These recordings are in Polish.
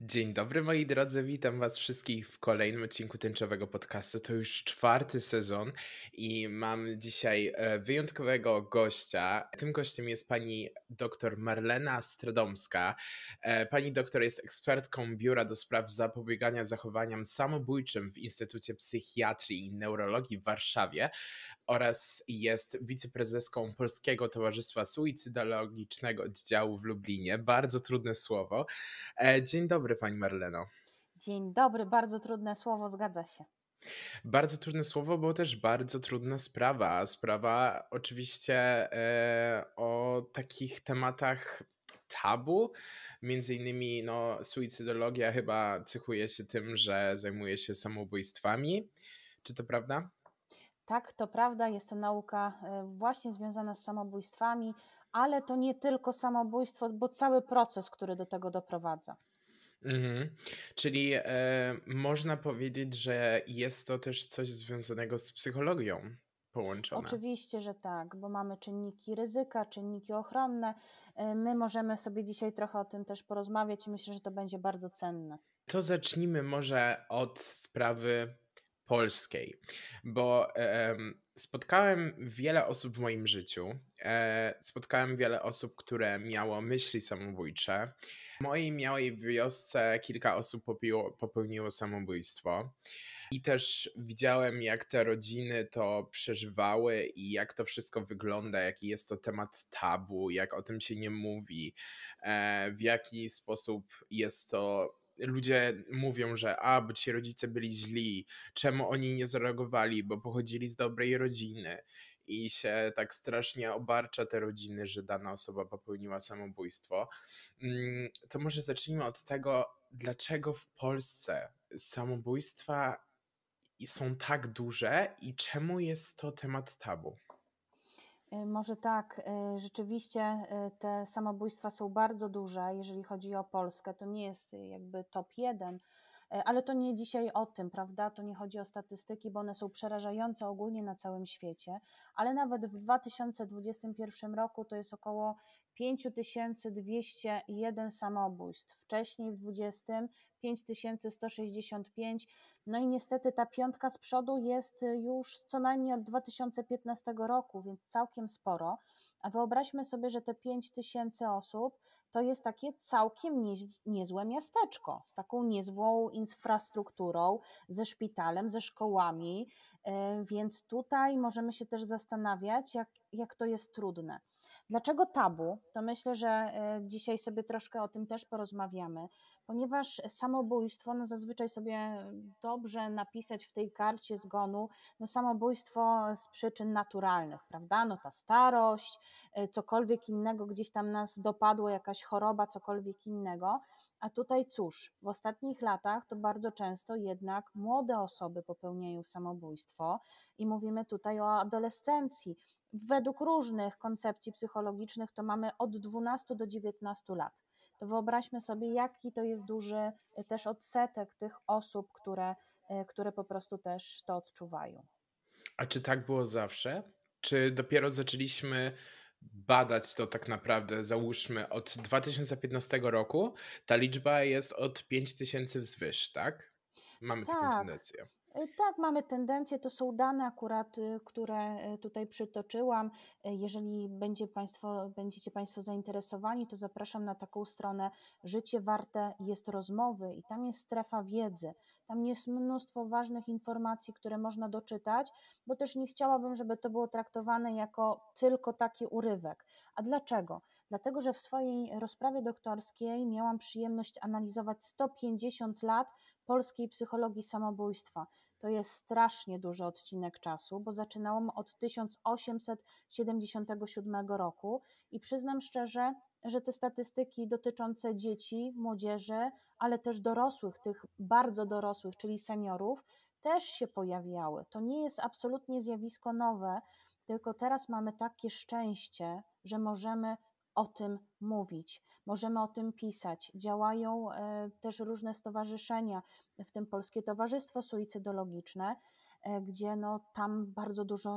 Dzień dobry moi drodzy, witam was wszystkich w kolejnym odcinku Tęczowego Podcastu. To już 4. sezon i mam dzisiaj wyjątkowego gościa. Tym gościem jest pani dr Marlena Stradomska. Pani doktor jest ekspertką Biura do Spraw Zapobiegania Zachowaniom Samobójczym w Instytucie Psychiatrii i Neurologii w Warszawie oraz jest wiceprezeską Polskiego Towarzystwa Suicydologicznego Oddziału w Lublinie. Bardzo trudne słowo. Dzień dobry pani Marleno. Dzień dobry, bardzo trudne słowo, zgadza się. Bardzo trudne słowo, bo też bardzo trudna sprawa. Sprawa oczywiście o takich tematach tabu. Między innymi suicydologia chyba cechuje się tym, że zajmuje się samobójstwami. Czy to prawda? Tak, to prawda, jest to nauka właśnie związana z samobójstwami, ale to nie tylko samobójstwo, bo cały proces, który do tego doprowadza. Mhm. Czyli można powiedzieć, że jest to też coś związanego z psychologią połączone. Oczywiście, że tak, bo mamy czynniki ryzyka, czynniki ochronne. My możemy sobie dzisiaj trochę o tym też porozmawiać i myślę, że to będzie bardzo cenne. To zacznijmy może od sprawy polskiej, bo spotkałem wiele osób w moim życiu. Spotkałem wiele osób, które miało myśli samobójcze. W mojej małej wiosce kilka osób popełniło samobójstwo. I też widziałem, jak te rodziny to przeżywały i jak to wszystko wygląda, jaki jest to temat tabu, jak o tym się nie mówi, w jaki sposób jest to. Ludzie mówią, że bo ci rodzice byli źli, czemu oni nie zareagowali, bo pochodzili z dobrej rodziny i się tak strasznie obarcza te rodziny, że dana osoba popełniła samobójstwo. To może zacznijmy od tego, dlaczego w Polsce samobójstwa są tak duże i czemu jest to temat tabu? Może tak, rzeczywiście te samobójstwa są bardzo duże, jeżeli chodzi o Polskę, to nie jest jakby top 1, ale to nie dzisiaj o tym, prawda? To nie chodzi o statystyki, bo one są przerażające ogólnie na całym świecie, ale nawet w 2021 roku to jest około 5201 samobójstw, wcześniej w 2020 5165, no i niestety ta piątka z przodu jest już co najmniej od 2015 roku, więc całkiem sporo. A wyobraźmy sobie, że te 5000 osób to jest takie całkiem niezłe miasteczko z taką niezłą infrastrukturą, ze szpitalem, ze szkołami, więc tutaj możemy się też zastanawiać, jak to jest trudne. Dlaczego tabu? To myślę, że dzisiaj sobie troszkę o tym też porozmawiamy, ponieważ samobójstwo, no zazwyczaj sobie dobrze napisać w tej karcie zgonu, no samobójstwo z przyczyn naturalnych, prawda? No ta starość, cokolwiek innego gdzieś tam nas dopadło, jakaś choroba, cokolwiek innego. A tutaj cóż, w ostatnich latach to bardzo często jednak młode osoby popełniają samobójstwo i mówimy tutaj o adolescencji. Według różnych koncepcji psychologicznych to mamy od 12 do 19 lat. To wyobraźmy sobie, jaki to jest duży też odsetek tych osób, które po prostu też to odczuwają. A czy tak było zawsze? Czy dopiero zaczęliśmy badać to tak naprawdę, załóżmy, od 2015 roku? Ta liczba jest od 5000 wzwyż, tak? Mamy taką Tak, tendencję. tak, mamy tendencję, to są dane akurat, które tutaj przytoczyłam. Jeżeli będziecie Państwo zainteresowani, to zapraszam na taką stronę Życie warte jest rozmowy i tam jest strefa wiedzy. Tam jest mnóstwo ważnych informacji, które można doczytać, bo też nie chciałabym, żeby to było traktowane jako tylko taki urywek. A dlaczego? Dlatego, że w swojej rozprawie doktorskiej miałam przyjemność analizować 150 lat polskiej psychologii samobójstwa. To jest strasznie duży odcinek czasu, bo zaczynałam od 1877 roku i przyznam szczerze, że te statystyki dotyczące dzieci, młodzieży, ale też dorosłych, tych bardzo dorosłych, czyli seniorów, też się pojawiały. To nie jest absolutnie zjawisko nowe, tylko teraz mamy takie szczęście, że możemy o tym mówić, możemy o tym pisać. Działają też różne stowarzyszenia, w tym Polskie Towarzystwo Suicydologiczne, gdzie no, tam bardzo dużo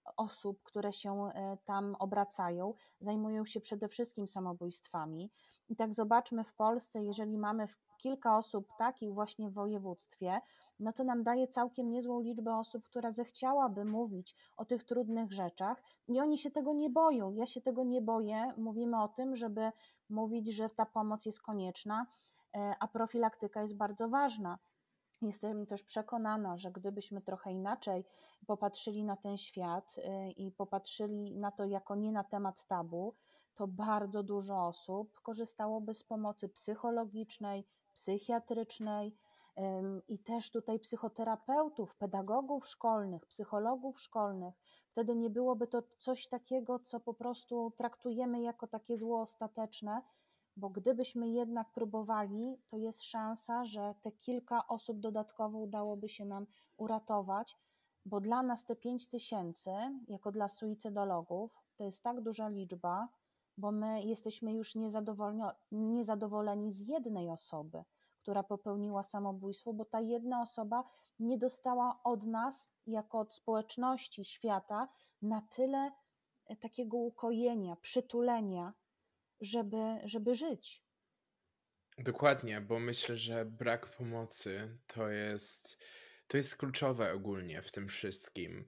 osób, które się tam obracają, zajmują się przede wszystkim samobójstwami. I tak zobaczmy w Polsce, jeżeli mamy kilka osób takich właśnie w województwie, no to nam daje całkiem niezłą liczbę osób, która zechciałaby mówić o tych trudnych rzeczach i oni się tego nie boją. Ja się tego nie boję. Mówimy o tym, żeby mówić, że ta pomoc jest konieczna, a profilaktyka jest bardzo ważna. Jestem też przekonana, że gdybyśmy trochę inaczej popatrzyli na ten świat i popatrzyli na to jako nie na temat tabu, to bardzo dużo osób korzystałoby z pomocy psychologicznej, psychiatrycznej i też tutaj psychoterapeutów, pedagogów szkolnych, psychologów szkolnych. Wtedy nie byłoby to coś takiego, co po prostu traktujemy jako takie zło ostateczne, bo gdybyśmy jednak próbowali, to jest szansa, że te kilka osób dodatkowo udałoby się nam uratować, bo dla nas te 5000, jako dla suicydologów, to jest tak duża liczba, bo my jesteśmy już niezadowoleni z jednej osoby, która popełniła samobójstwo, bo ta jedna osoba nie dostała od nas, jako od społeczności świata, na tyle takiego ukojenia, przytulenia, żeby żyć. Dokładnie, bo myślę, że brak pomocy to jest kluczowe ogólnie w tym wszystkim.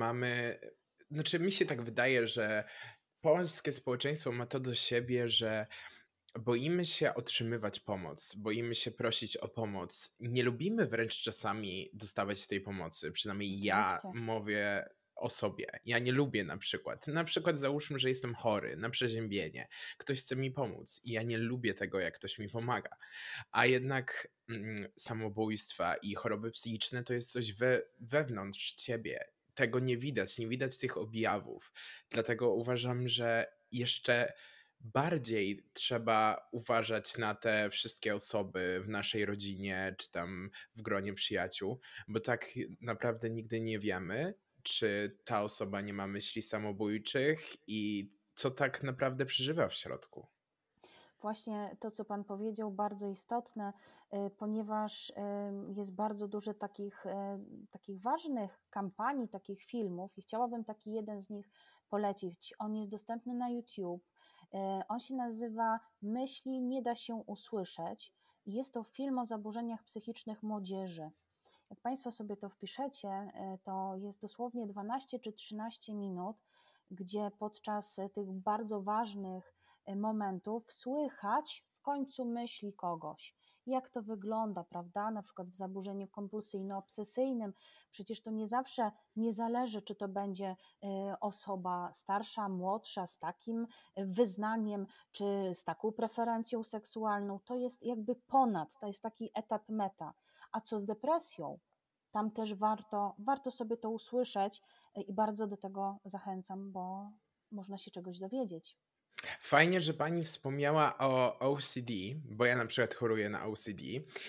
Znaczy mi się tak wydaje, że polskie społeczeństwo ma to do siebie, że boimy się otrzymywać pomoc, boimy się prosić o pomoc. Nie lubimy wręcz czasami dostawać tej pomocy. Przynajmniej ja Oczywiście. mówię o sobie. Ja nie lubię na przykład załóżmy, że jestem chory na przeziębienie. Ktoś chce mi pomóc i ja nie lubię tego, jak ktoś mi pomaga. A jednak samobójstwa i choroby psychiczne to jest coś wewnątrz ciebie. Tego nie widać tych objawów. Dlatego uważam, że jeszcze bardziej trzeba uważać na te wszystkie osoby w naszej rodzinie, czy tam w gronie przyjaciół, bo tak naprawdę nigdy nie wiemy, czy ta osoba nie ma myśli samobójczych i co tak naprawdę przeżywa w środku. Właśnie to, co Pan powiedział, bardzo istotne, ponieważ jest bardzo dużo takich ważnych kampanii, takich filmów i chciałabym taki jeden z nich polecić. On jest dostępny na YouTube. On się nazywa Myśli nie da się usłyszeć. Jest to film o zaburzeniach psychicznych młodzieży. Jak Państwo sobie to wpiszecie, to jest dosłownie 12 czy 13 minut, gdzie podczas tych bardzo ważnych momentów słychać w końcu myśli kogoś. Jak to wygląda, prawda? Na przykład w zaburzeniu kompulsyjno-obsesyjnym. Przecież to nie zawsze nie zależy, czy to będzie osoba starsza, młodsza, z takim wyznaniem, czy z taką preferencją seksualną. To jest jakby ponad, to jest taki etap meta. A co z depresją? Tam też warto sobie to usłyszeć i bardzo do tego zachęcam, bo można się czegoś dowiedzieć. Fajnie, że pani wspomniała o OCD, bo ja na przykład choruję na OCD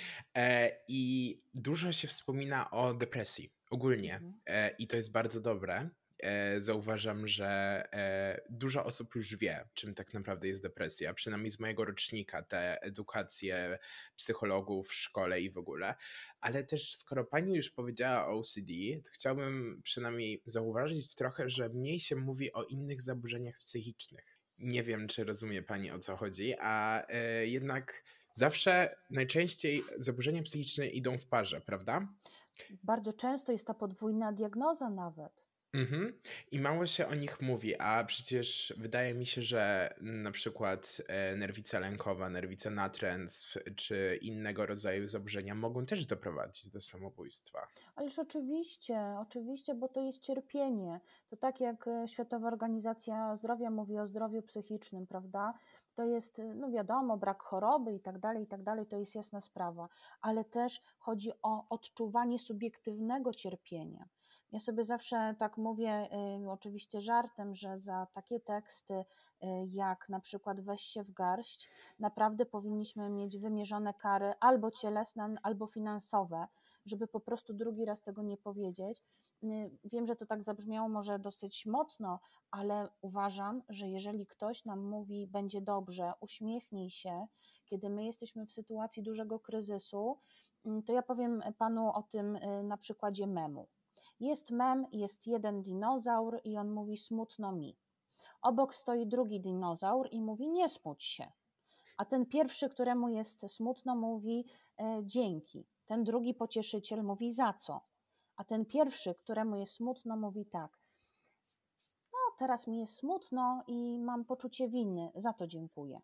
i dużo się wspomina o depresji ogólnie Mhm. i to jest bardzo dobre. Zauważam, że dużo osób już wie, czym tak naprawdę jest depresja, przynajmniej z mojego rocznika, te edukacje psychologów w szkole i w ogóle. Ale też skoro pani już powiedziała o OCD, to chciałbym przynajmniej zauważyć trochę, że mniej się mówi o innych zaburzeniach psychicznych. Nie wiem, czy rozumie pani, o co chodzi, a jednak zawsze najczęściej zaburzenia psychiczne idą w parze, prawda? Bardzo często jest ta podwójna diagnoza nawet. Mhm. I mało się o nich mówi, a przecież wydaje mi się, że na przykład nerwica lękowa, nerwica natręctw czy innego rodzaju zaburzenia mogą też doprowadzić do samobójstwa. Ależ oczywiście, bo to jest cierpienie. To tak jak Światowa Organizacja Zdrowia mówi o zdrowiu psychicznym, prawda? To jest, no wiadomo, brak choroby i tak dalej, to jest jasna sprawa, ale też chodzi o odczuwanie subiektywnego cierpienia. Ja sobie zawsze tak mówię, oczywiście żartem, że za takie teksty, jak na przykład weź się w garść, naprawdę powinniśmy mieć wymierzone kary albo cielesne, albo finansowe, żeby po prostu drugi raz tego nie powiedzieć. Wiem, że to tak zabrzmiało może dosyć mocno, ale uważam, że jeżeli ktoś nam mówi będzie dobrze, uśmiechnij się, kiedy my jesteśmy w sytuacji dużego kryzysu, to ja powiem panu o tym na przykładzie memu. Jest mem, jest jeden dinozaur i on mówi smutno mi. Obok stoi drugi dinozaur i mówi nie smuć się. A ten pierwszy, któremu jest smutno, mówi dzięki. Ten drugi pocieszyciel mówi za co. A ten pierwszy, któremu jest smutno, mówi tak: no teraz mi jest smutno i mam poczucie winy, za to dziękuję.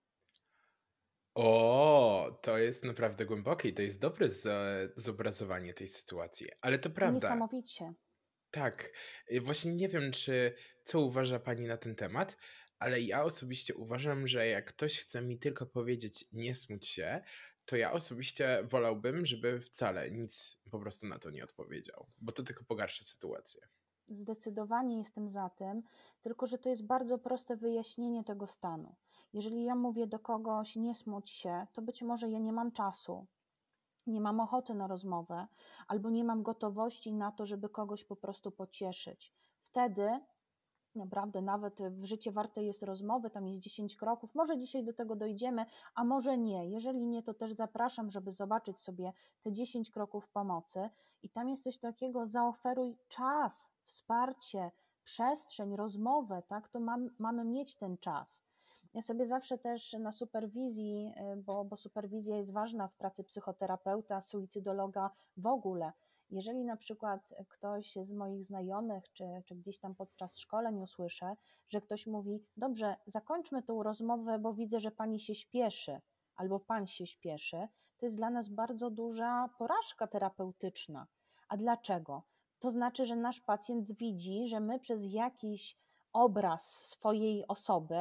O, to jest naprawdę głębokie i to jest dobre zobrazowanie tej sytuacji. Ale to prawda, Niesamowicie. tak. Właśnie nie wiem, co uważa pani na ten temat, ale ja osobiście uważam, że jak ktoś chce mi tylko powiedzieć nie smuć się, to ja osobiście wolałbym, żeby wcale nic po prostu na to nie odpowiedział, bo to tylko pogarsza sytuację. Zdecydowanie jestem za tym, tylko że to jest bardzo proste wyjaśnienie tego stanu. Jeżeli ja mówię do kogoś nie smuć się, to być może ja nie mam czasu, nie mam ochoty na rozmowę, albo nie mam gotowości na to, żeby kogoś po prostu pocieszyć. Wtedy naprawdę nawet w życie warte jest rozmowy, tam jest 10 kroków, może dzisiaj do tego dojdziemy, a może nie. Jeżeli nie, to też zapraszam, żeby zobaczyć sobie te 10 kroków pomocy i tam jest coś takiego: zaoferuj czas, wsparcie, przestrzeń, rozmowę, tak? To mamy mieć ten czas. Ja sobie zawsze też na superwizji, bo superwizja jest ważna w pracy psychoterapeuta, suicydologa w ogóle. Jeżeli na przykład ktoś z moich znajomych, czy gdzieś tam podczas szkoleń usłyszę, że ktoś mówi: dobrze, zakończmy tą rozmowę, bo widzę, że pani się śpieszy, albo pan się śpieszy, to jest dla nas bardzo duża porażka terapeutyczna. A dlaczego? To znaczy, że nasz pacjent widzi, że my przez jakiś obraz swojej osoby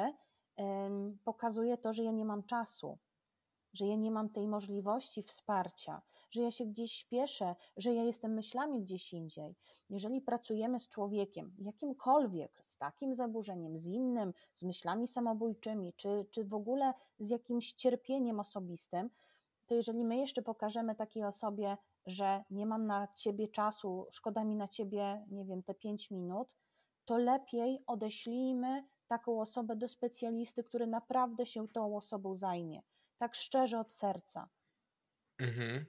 pokazuje to, że ja nie mam czasu, że ja nie mam tej możliwości wsparcia, że ja się gdzieś śpieszę, że ja jestem myślami gdzieś indziej. Jeżeli pracujemy z człowiekiem, jakimkolwiek, z takim zaburzeniem, z innym, z myślami samobójczymi, czy w ogóle z jakimś cierpieniem osobistym, to jeżeli my jeszcze pokażemy takiej osobie, że nie mam na ciebie czasu, szkoda mi na ciebie, nie wiem, te 5 minut, to lepiej odeślijmy taką osobę do specjalisty, który naprawdę się tą osobą zajmie. Tak szczerze od serca. Mhm.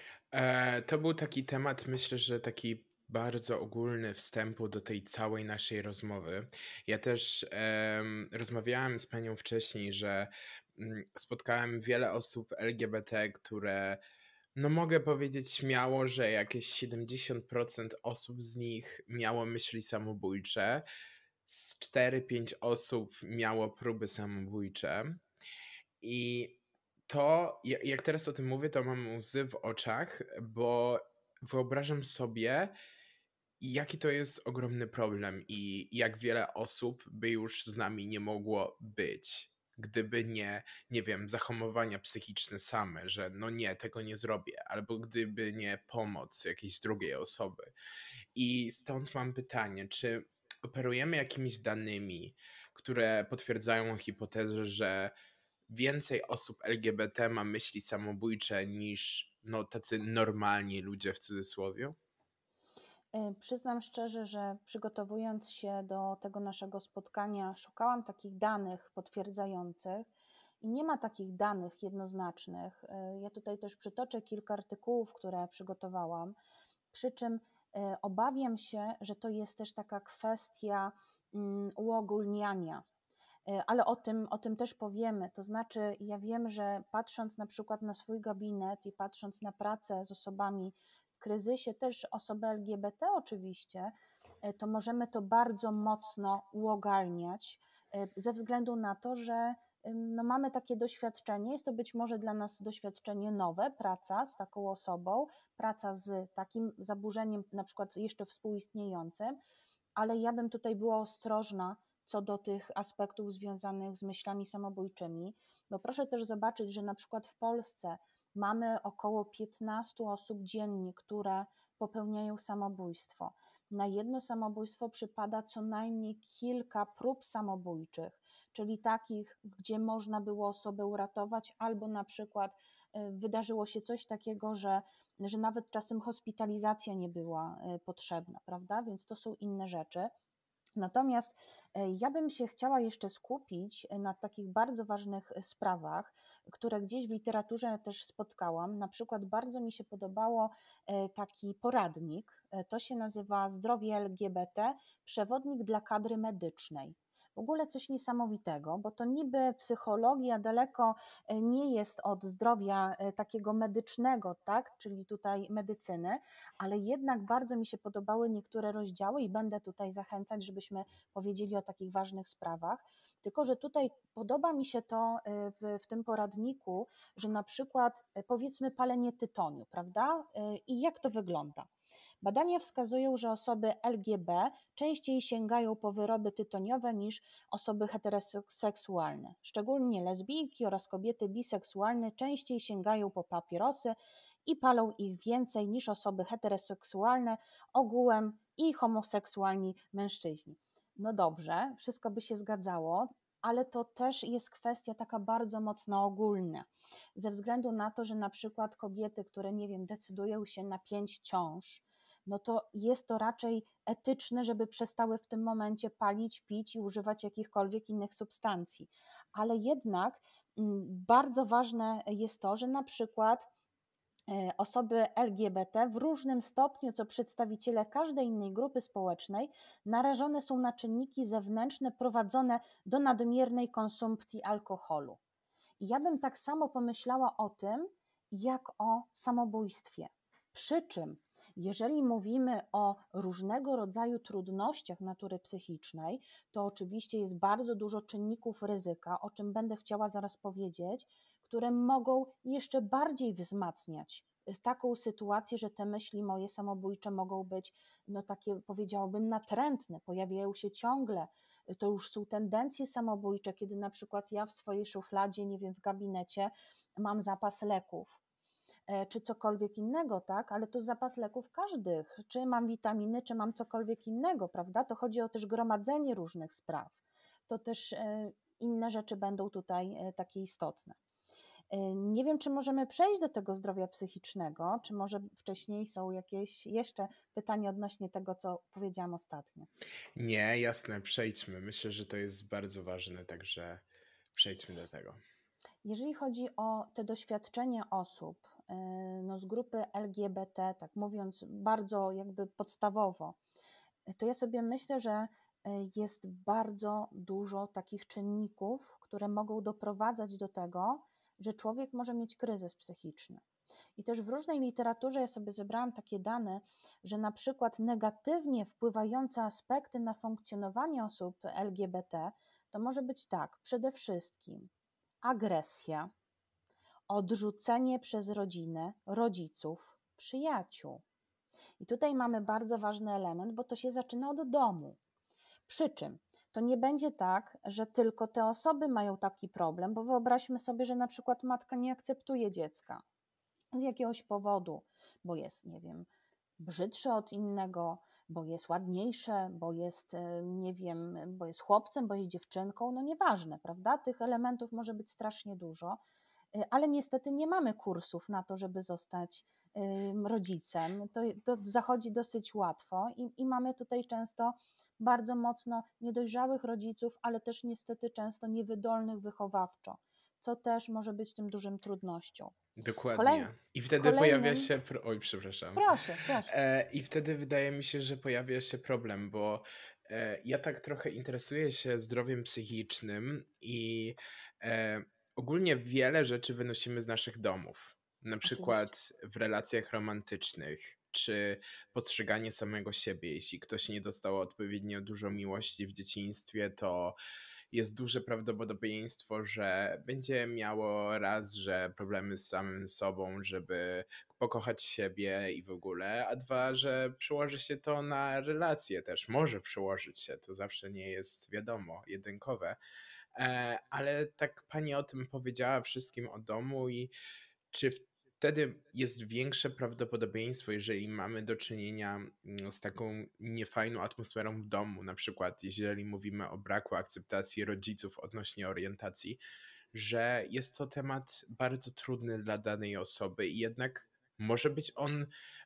To był taki temat, myślę, że taki bardzo ogólny wstępu do tej całej naszej rozmowy. Ja też rozmawiałem z panią wcześniej, że spotkałem wiele osób LGBT, które, no mogę powiedzieć śmiało, że jakieś 70% osób z nich miało myśli samobójcze, z 4-5 osób miało próby samobójcze. I to, jak teraz o tym mówię, to mam łzy w oczach, bo wyobrażam sobie, jaki to jest ogromny problem i jak wiele osób by już z nami nie mogło być, gdyby nie wiem, zahamowania psychiczne same, że no nie, tego nie zrobię, albo gdyby nie pomoc jakiejś drugiej osoby. I stąd mam pytanie, czy operujemy jakimiś danymi, które potwierdzają hipotezę, że więcej osób LGBT ma myśli samobójcze niż no, tacy normalni ludzie w cudzysłowie? Przyznam szczerze, że przygotowując się do tego naszego spotkania, szukałam takich danych potwierdzających i nie ma takich danych jednoznacznych. Ja tutaj też przytoczę kilka artykułów, które przygotowałam, przy czym obawiam się, że to jest też taka kwestia uogólniania. Ale o tym też powiemy. To znaczy, ja wiem, że patrząc na przykład na swój gabinet i patrząc na pracę z osobami w kryzysie, też osoby LGBT oczywiście, to możemy to bardzo mocno uogarniać ze względu na to, że no mamy takie doświadczenie, jest to być może dla nas doświadczenie nowe, praca z taką osobą, praca z takim zaburzeniem na przykład jeszcze współistniejącym, ale ja bym tutaj była ostrożna co do tych aspektów związanych z myślami samobójczymi, bo proszę też zobaczyć, że na przykład w Polsce mamy około 15 osób dziennie, które popełniają samobójstwo. Na jedno samobójstwo przypada co najmniej kilka prób samobójczych, czyli takich, gdzie można było osobę uratować, albo na przykład wydarzyło się coś takiego, że nawet czasem hospitalizacja nie była potrzebna, prawda? Więc to są inne rzeczy. Natomiast ja bym się chciała jeszcze skupić na takich bardzo ważnych sprawach, które gdzieś w literaturze też spotkałam. Na przykład bardzo mi się podobało taki poradnik, to się nazywa Zdrowie LGBT, przewodnik dla kadry medycznej. w ogóle coś niesamowitego, bo to niby psychologia daleko nie jest od zdrowia takiego medycznego, tak, czyli tutaj medycyny, ale jednak bardzo mi się podobały niektóre rozdziały i będę tutaj zachęcać, żebyśmy powiedzieli o takich ważnych sprawach. Tylko że tutaj podoba mi się to w tym poradniku, że na przykład powiedzmy palenie tytoniu, prawda? I jak to wygląda? Badania wskazują, że osoby LGB częściej sięgają po wyroby tytoniowe niż osoby heteroseksualne. Szczególnie lesbijki oraz kobiety biseksualne częściej sięgają po papierosy i palą ich więcej niż osoby heteroseksualne ogółem i homoseksualni mężczyźni. No dobrze, wszystko by się zgadzało, ale to też jest kwestia taka bardzo mocno ogólna. Ze względu na to, że na przykład kobiety, które nie wiem, decydują się na 5 ciąż, no to jest to raczej etyczne, żeby przestały w tym momencie palić, pić i używać jakichkolwiek innych substancji. Ale jednak bardzo ważne jest to, że na przykład osoby LGBT w różnym stopniu, co przedstawiciele każdej innej grupy społecznej, narażone są na czynniki zewnętrzne prowadzone do nadmiernej konsumpcji alkoholu. I ja bym tak samo pomyślała o tym, jak o samobójstwie. Przy czym, jeżeli mówimy o różnego rodzaju trudnościach natury psychicznej, to oczywiście jest bardzo dużo czynników ryzyka, o czym będę chciała zaraz powiedzieć, które mogą jeszcze bardziej wzmacniać taką sytuację, że te myśli moje samobójcze mogą być, no takie powiedziałabym natrętne, pojawiają się ciągle. To już są tendencje samobójcze, kiedy na przykład ja w swojej szufladzie, nie wiem, w gabinecie mam zapas leków, czy cokolwiek innego, tak? Ale to zapas leków każdych, czy mam witaminy, czy mam cokolwiek innego, prawda? To chodzi o też gromadzenie różnych spraw. To też inne rzeczy będą tutaj takie istotne. Nie wiem, czy możemy przejść do tego zdrowia psychicznego, czy może wcześniej są jakieś jeszcze pytania odnośnie tego, co powiedziałam ostatnio. Nie, jasne, przejdźmy. Myślę, że to jest bardzo ważne, także przejdźmy do tego. Jeżeli chodzi o te doświadczenia osób no z grupy LGBT, tak mówiąc bardzo jakby podstawowo, to ja sobie myślę, że jest bardzo dużo takich czynników, które mogą doprowadzać do tego, że człowiek może mieć kryzys psychiczny. I też w różnej literaturze ja sobie zebrałam takie dane, że na przykład negatywnie wpływające aspekty na funkcjonowanie osób LGBT to może być tak, przede wszystkim agresja, odrzucenie przez rodzinę, rodziców, przyjaciół. I tutaj mamy bardzo ważny element, bo to się zaczyna od domu. Przy czym to nie będzie tak, że tylko te osoby mają taki problem, bo wyobraźmy sobie, że na przykład matka nie akceptuje dziecka z jakiegoś powodu, bo jest, nie wiem, brzydsze od innego, bo jest ładniejsze, bo jest, nie wiem, bo jest chłopcem, bo jest dziewczynką, no nieważne, prawda? Tych elementów może być strasznie dużo, ale niestety nie mamy kursów na to, żeby zostać rodzicem. To zachodzi dosyć łatwo i mamy tutaj często bardzo mocno niedojrzałych rodziców, ale też niestety często niewydolnych wychowawczo, co też może być tym dużą trudnością. Dokładnie. I wtedy pojawia Kolejnym, się. Oj, przepraszam. proszę. I wtedy wydaje mi się, że pojawia się problem, bo ja tak trochę interesuję się zdrowiem psychicznym i e, ogólnie wiele rzeczy wynosimy z naszych domów. Na Oczywiście. przykład w relacjach romantycznych, czy postrzeganie samego siebie. Jeśli ktoś nie dostał odpowiednio dużo miłości w dzieciństwie, to jest duże prawdopodobieństwo, że będzie miało raz, że problemy z samym sobą, żeby pokochać siebie i w ogóle, a dwa, że przełoży się to na relacje też. Może przełożyć się, to zawsze nie jest wiadomo, jedynkowe. Ale tak pani o tym powiedziała wszystkim o domu i czy wtedy jest większe prawdopodobieństwo, jeżeli mamy do czynienia z taką niefajną atmosferą w domu, na przykład jeżeli mówimy o braku akceptacji rodziców odnośnie orientacji, że jest to temat bardzo trudny dla danej osoby i jednak może być on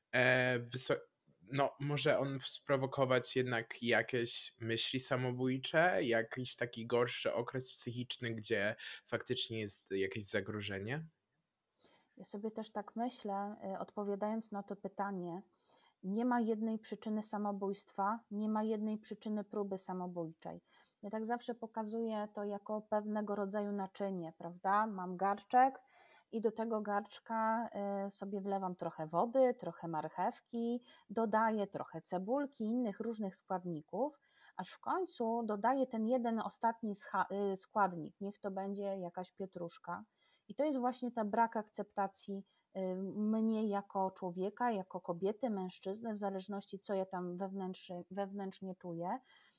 no, może on sprowokować jednak jakieś myśli samobójcze, jakiś taki gorszy okres psychiczny, gdzie faktycznie jest jakieś zagrożenie? Ja sobie też tak myślę, odpowiadając na to pytanie, nie ma jednej przyczyny samobójstwa, nie ma jednej przyczyny próby samobójczej. Ja tak zawsze pokazuję to jako pewnego rodzaju naczynie, prawda? Mam garczek i do tego garczka sobie wlewam trochę wody, trochę marchewki, dodaję trochę cebulki, innych różnych składników, aż w końcu dodaję ten jeden ostatni składnik, niech to będzie jakaś pietruszka. I to jest właśnie ta brak akceptacji mnie jako człowieka, jako kobiety, mężczyznę, w zależności co ja tam wewnętrznie czuję,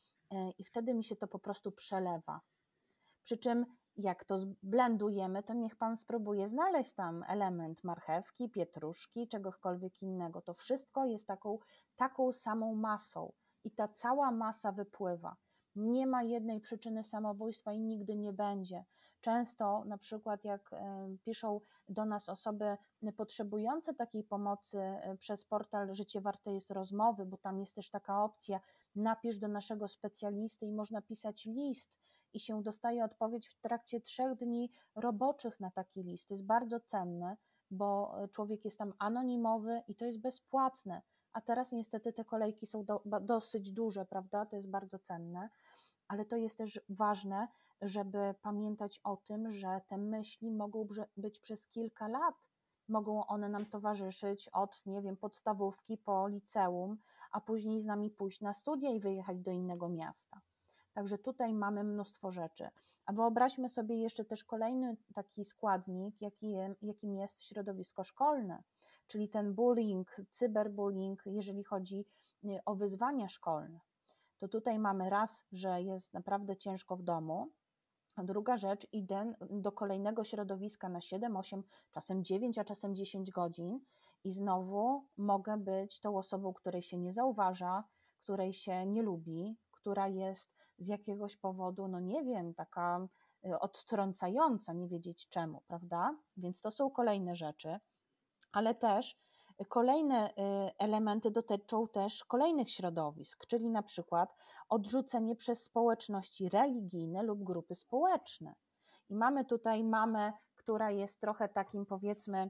i wtedy mi się to po prostu przelewa. Przy czym jak to zblendujemy, to niech Pan spróbuje znaleźć tam element marchewki, pietruszki, czegokolwiek innego. To wszystko jest taką samą masą i ta cała masa wypływa. Nie ma jednej przyczyny samobójstwa i nigdy nie będzie. Często na przykład jak piszą do nas osoby potrzebujące takiej pomocy przez portal Życie warte jest rozmowy, bo tam jest też taka opcja, napisz do naszego specjalisty i można pisać list i się dostaje odpowiedź w trakcie 3 dni roboczych na taki list. To jest bardzo cenne, bo człowiek jest tam anonimowy i to jest bezpłatne. A teraz niestety te kolejki są dosyć duże, prawda? To jest bardzo cenne, ale to jest też ważne, żeby pamiętać o tym, że te myśli mogą być przez kilka lat. Mogą one nam towarzyszyć od, nie wiem, podstawówki po liceum, a później z nami pójść na studia i wyjechać do innego miasta. Także tutaj mamy mnóstwo rzeczy. A wyobraźmy sobie jeszcze też kolejny taki składnik, jakim jest środowisko szkolne, czyli ten bullying, cyberbullying, jeżeli chodzi o wyzwania szkolne. To tutaj mamy raz, że jest naprawdę ciężko w domu, a druga rzecz, idę do kolejnego środowiska na 7, 8, czasem 9, a czasem 10 godzin i znowu mogę być tą osobą, której się nie zauważa, której się nie lubi, która jest z jakiegoś powodu, no nie wiem, taka odtrącająca, nie wiedzieć czemu, prawda? Więc to są kolejne rzeczy, ale też kolejne elementy dotyczą też kolejnych środowisk, czyli na przykład odrzucenie przez społeczności religijne lub grupy społeczne. I mamy tutaj mamę, która jest trochę takim, powiedzmy,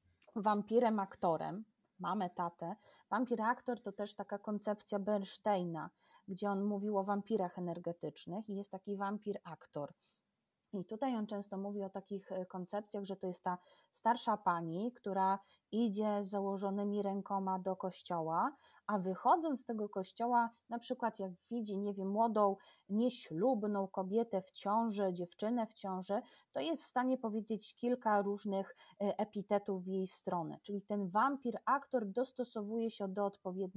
wampirem aktorem, mamę, tatę. Wampir aktor to też taka koncepcja Bernsteina, gdzie on mówił o wampirach energetycznych i jest taki wampir aktor. I tutaj on często mówi o takich koncepcjach, że to jest ta starsza pani, która idzie z założonymi rękoma do kościoła, a wychodząc z tego kościoła, na przykład jak widzi, nie wiem, młodą, nieślubną kobietę w ciąży, dziewczynę w ciąży, to jest w stanie powiedzieć kilka różnych epitetów w jej stronę. Czyli ten wampir aktor dostosowuje się do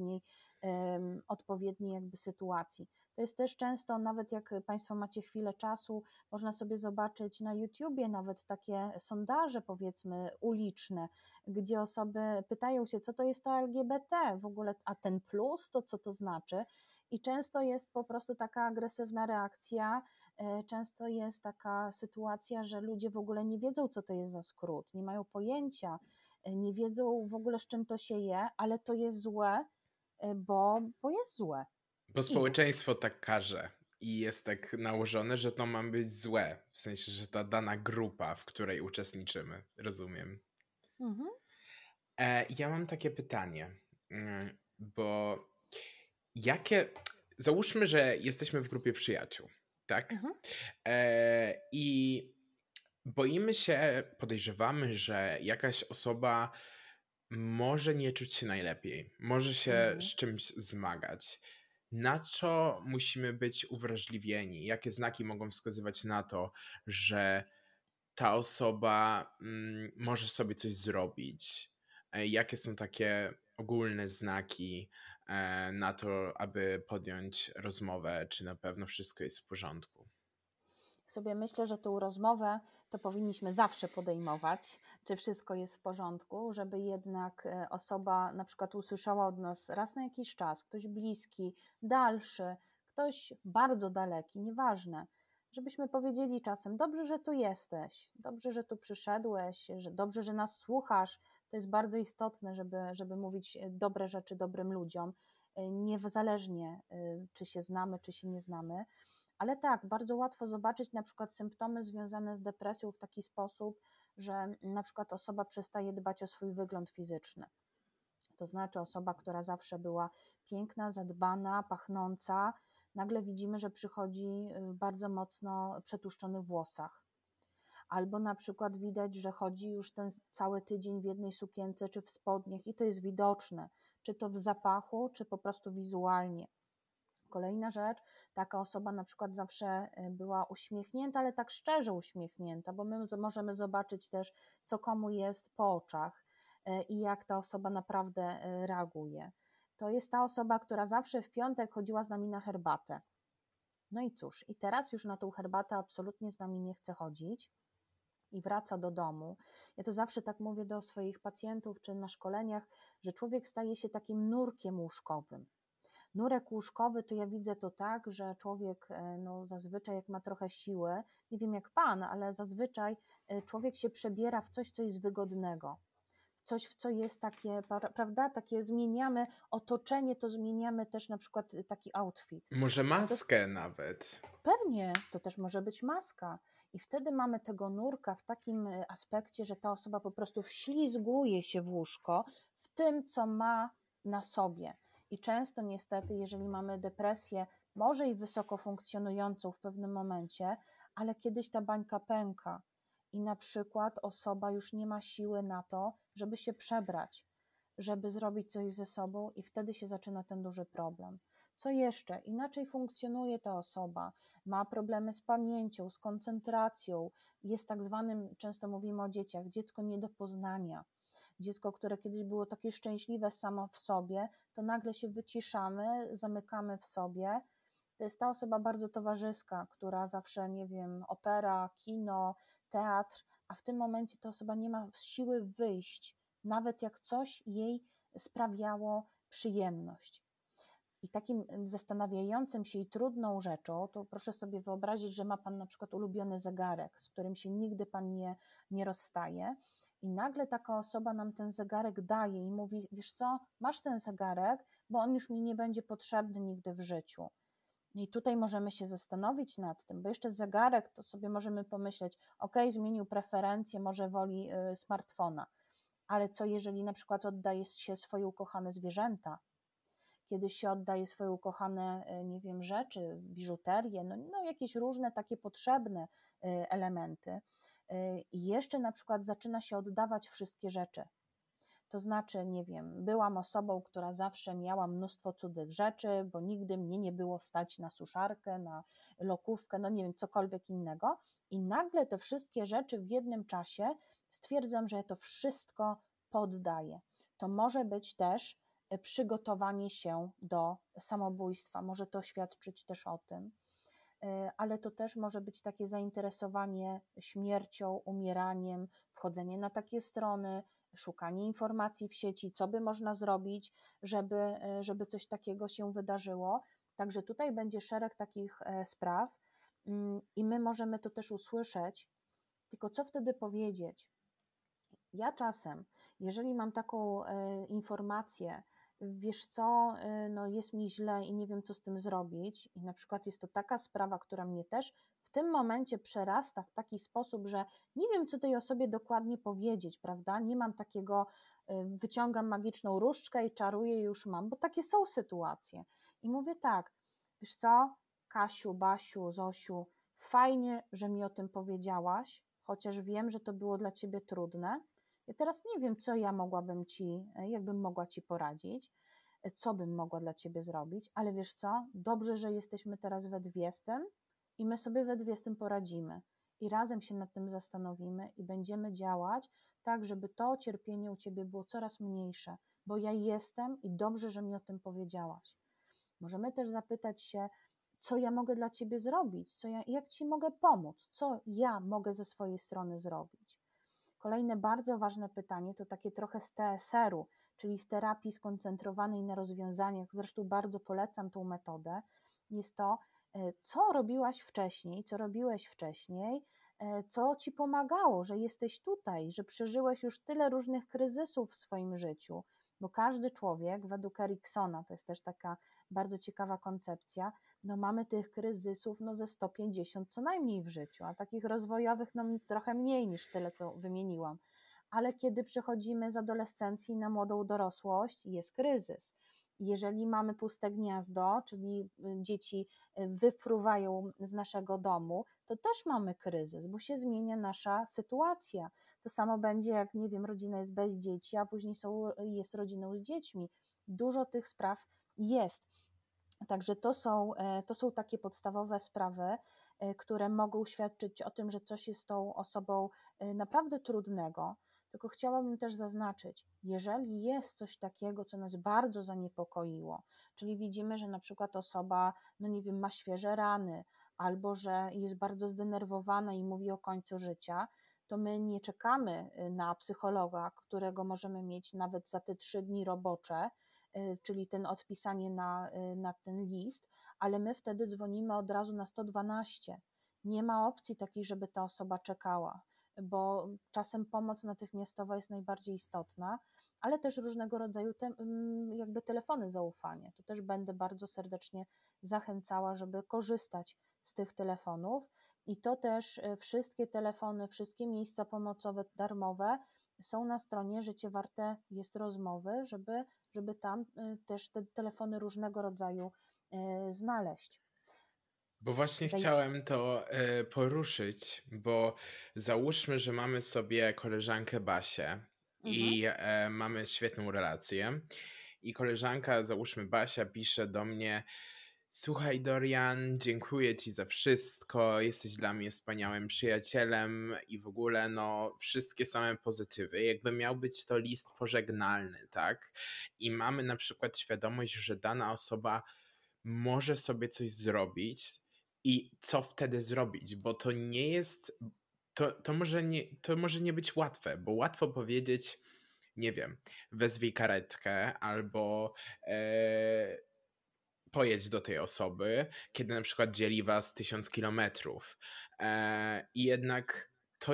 odpowiedniej jakby sytuacji. To jest też często, nawet jak Państwo macie chwilę czasu, można sobie zobaczyć na YouTubie nawet takie sondaże, powiedzmy, uliczne, gdzie osoby pytają się, co to jest to LGBT w ogóle, a ten plus, to co to znaczy? I często jest po prostu taka agresywna reakcja, często jest taka sytuacja, że ludzie w ogóle nie wiedzą, co to jest za skrót, nie mają pojęcia, nie wiedzą w ogóle, z czym to się je, ale to jest złe, bo jest złe. Bo społeczeństwo tak każe i jest tak nałożone, że to ma być złe. W sensie, że ta dana grupa, w której uczestniczymy. Rozumiem. Mhm. Ja mam takie pytanie, bo załóżmy, że jesteśmy w grupie przyjaciół, tak? Mhm. I boimy się, podejrzewamy, że jakaś osoba może nie czuć się najlepiej, może się z czymś zmagać. Na co musimy być uwrażliwieni? Jakie znaki mogą wskazywać na to, że ta osoba może sobie coś zrobić? Jakie są takie ogólne znaki na to, aby podjąć rozmowę, czy na pewno wszystko jest w porządku? Sobie myślę, że tą rozmowę to powinniśmy zawsze podejmować, czy wszystko jest w porządku, żeby jednak osoba na przykład usłyszała od nas raz na jakiś czas, ktoś bliski, dalszy, ktoś bardzo daleki, nieważne, żebyśmy powiedzieli czasem, dobrze, że tu jesteś, dobrze, że tu przyszedłeś, dobrze, że nas słuchasz. To jest bardzo istotne, żeby mówić dobre rzeczy dobrym ludziom, niezależnie czy się znamy, czy się nie znamy. Ale tak, bardzo łatwo zobaczyć na przykład symptomy związane z depresją w taki sposób, że na przykład osoba przestaje dbać o swój wygląd fizyczny. To znaczy osoba, która zawsze była piękna, zadbana, pachnąca, nagle widzimy, że przychodzi w bardzo mocno przetłuszczonych włosach. Albo na przykład widać, że chodzi już ten cały tydzień w jednej sukience czy w spodniach i to jest widoczne, czy to w zapachu, czy po prostu wizualnie. Kolejna rzecz, taka osoba na przykład zawsze była uśmiechnięta, ale tak szczerze uśmiechnięta, bo my możemy zobaczyć też, co komu jest po oczach i jak ta osoba naprawdę reaguje. To jest ta osoba, która zawsze w piątek chodziła z nami na herbatę. No i cóż, i teraz już na tą herbatę absolutnie z nami nie chce chodzić i wraca do domu. Ja to zawsze tak mówię do swoich pacjentów czy na szkoleniach, że człowiek staje się takim nurkiem łóżkowym. Nurek łóżkowy to ja widzę to tak, że człowiek zazwyczaj jak ma trochę siły, nie wiem jak pan, ale zazwyczaj człowiek się przebiera w coś, co jest wygodnego. Coś, w co jest takie, prawda, takie zmieniamy otoczenie, to zmieniamy też na przykład taki outfit. Może maskę nawet. Pewnie, to też może być maska. I wtedy mamy tego nurka w takim aspekcie, że ta osoba po prostu wślizguje się w łóżko w tym, co ma na sobie. I często niestety, jeżeli mamy depresję, może i wysoko funkcjonującą w pewnym momencie, ale kiedyś ta bańka pęka i na przykład osoba już nie ma siły na to, żeby się przebrać, żeby zrobić coś ze sobą i wtedy się zaczyna ten duży problem. Co jeszcze? Inaczej funkcjonuje ta osoba, ma problemy z pamięcią, z koncentracją, jest tak zwanym, często mówimy o dzieciach, dziecko nie do poznania. Dziecko, które kiedyś było takie szczęśliwe samo w sobie, to nagle się wyciszamy, zamykamy w sobie. To jest ta osoba bardzo towarzyska, która zawsze, nie wiem, opera, kino, teatr, a w tym momencie ta osoba nie ma siły wyjść, nawet jak coś jej sprawiało przyjemność. I takim zastanawiającym się i trudną rzeczą, to proszę sobie wyobrazić, że ma pan na przykład ulubiony zegarek, z którym się nigdy pan nie rozstaje i nagle taka osoba nam ten zegarek daje i mówi, wiesz co, masz ten zegarek, bo on już mi nie będzie potrzebny nigdy w życiu. I tutaj możemy się zastanowić nad tym, bo jeszcze zegarek, to sobie możemy pomyśleć, ok, zmienił preferencje, może woli smartfona, ale co jeżeli na przykład oddaje się swoje ukochane zwierzęta, kiedy się oddaje swoje ukochane, nie wiem, rzeczy, biżuterię, jakieś różne takie potrzebne elementy i jeszcze na przykład zaczyna się oddawać wszystkie rzeczy. To znaczy, nie wiem, byłam osobą, która zawsze miała mnóstwo cudzych rzeczy, bo nigdy mnie nie było stać na suszarkę, na lokówkę, nie wiem, cokolwiek innego i nagle te wszystkie rzeczy w jednym czasie stwierdzam, że ja to wszystko poddaję. To może być też przygotowanie się do samobójstwa, może to świadczyć też o tym, ale to też może być takie zainteresowanie śmiercią, umieraniem, wchodzenie na takie strony, szukanie informacji w sieci, co by można zrobić, żeby coś takiego się wydarzyło. Także tutaj będzie szereg takich spraw i my możemy to też usłyszeć, tylko co wtedy powiedzieć? Ja czasem, jeżeli mam taką informację, wiesz co, jest mi źle i nie wiem, co z tym zrobić i na przykład jest to taka sprawa, która mnie też w tym momencie przerasta w taki sposób, że nie wiem, co tej osobie dokładnie powiedzieć, prawda? Nie mam takiego, wyciągam magiczną różdżkę i czaruję, już mam, bo takie są sytuacje. I mówię tak, wiesz co, Kasiu, Basiu, Zosiu, fajnie, że mi o tym powiedziałaś, chociaż wiem, że to było dla ciebie trudne. Ja teraz nie wiem, co ja mogłabym jakbym mogła ci poradzić, co bym mogła dla ciebie zrobić, ale wiesz co, dobrze, że jesteśmy teraz we dwie z tym i my sobie we dwie z tym poradzimy i razem się nad tym zastanowimy i będziemy działać tak, żeby to cierpienie u ciebie było coraz mniejsze, bo ja jestem i dobrze, że mi o tym powiedziałaś. Możemy też zapytać się, co ja mogę dla ciebie zrobić, jak ci mogę pomóc, co ja mogę ze swojej strony zrobić. Kolejne bardzo ważne pytanie to takie trochę z TSR-u, czyli z terapii skoncentrowanej na rozwiązaniach, zresztą bardzo polecam tą metodę, jest to, co robiłaś wcześniej, co robiłeś wcześniej, co ci pomagało, że jesteś tutaj, że przeżyłeś już tyle różnych kryzysów w swoim życiu, bo każdy człowiek, według Eriksona, to jest też taka bardzo ciekawa koncepcja, mamy tych kryzysów ze 150 co najmniej w życiu, a takich rozwojowych trochę mniej niż tyle, co wymieniłam. Ale kiedy przechodzimy z adolescencji na młodą dorosłość, jest kryzys. Jeżeli mamy puste gniazdo, czyli dzieci wyfruwają z naszego domu, to też mamy kryzys, bo się zmienia nasza sytuacja. To samo będzie, jak nie wiem, rodzina jest bez dzieci, a później jest rodziną z dziećmi. Dużo tych spraw jest. Także to są takie podstawowe sprawy, które mogą świadczyć o tym, że coś jest z tą osobą naprawdę trudnego. Tylko chciałabym też zaznaczyć, jeżeli jest coś takiego, co nas bardzo zaniepokoiło, czyli widzimy, że na przykład osoba, no nie wiem, ma świeże rany, albo że jest bardzo zdenerwowana i mówi o końcu życia, to my nie czekamy na psychologa, którego możemy mieć nawet za te 3 dni robocze, czyli ten odpisanie na ten list, ale my wtedy dzwonimy od razu na 112. Nie ma opcji takiej, żeby ta osoba czekała, bo czasem pomoc natychmiastowa jest najbardziej istotna, ale też różnego rodzaju jakby telefony zaufania. To też będę bardzo serdecznie zachęcała, żeby korzystać z tych telefonów i to też wszystkie telefony, wszystkie miejsca pomocowe darmowe są na stronie Życie Warte jest Rozmowy, żeby tam też te telefony różnego rodzaju znaleźć. Bo właśnie chciałem to poruszyć, bo załóżmy, że mamy sobie koleżankę Basię i mamy świetną relację i koleżanka, załóżmy Basia, pisze do mnie: słuchaj Dorian, dziękuję ci za wszystko, jesteś dla mnie wspaniałym przyjacielem i w ogóle no wszystkie same pozytywy. Jakby miał być to list pożegnalny, tak? I mamy na przykład świadomość, że dana osoba może sobie coś zrobić i co wtedy zrobić, bo to nie jest, to może nie być łatwe, bo łatwo powiedzieć, nie wiem, wezwij karetkę albo pojedź do tej osoby, kiedy na przykład dzieli was 1000 kilometrów. I jednak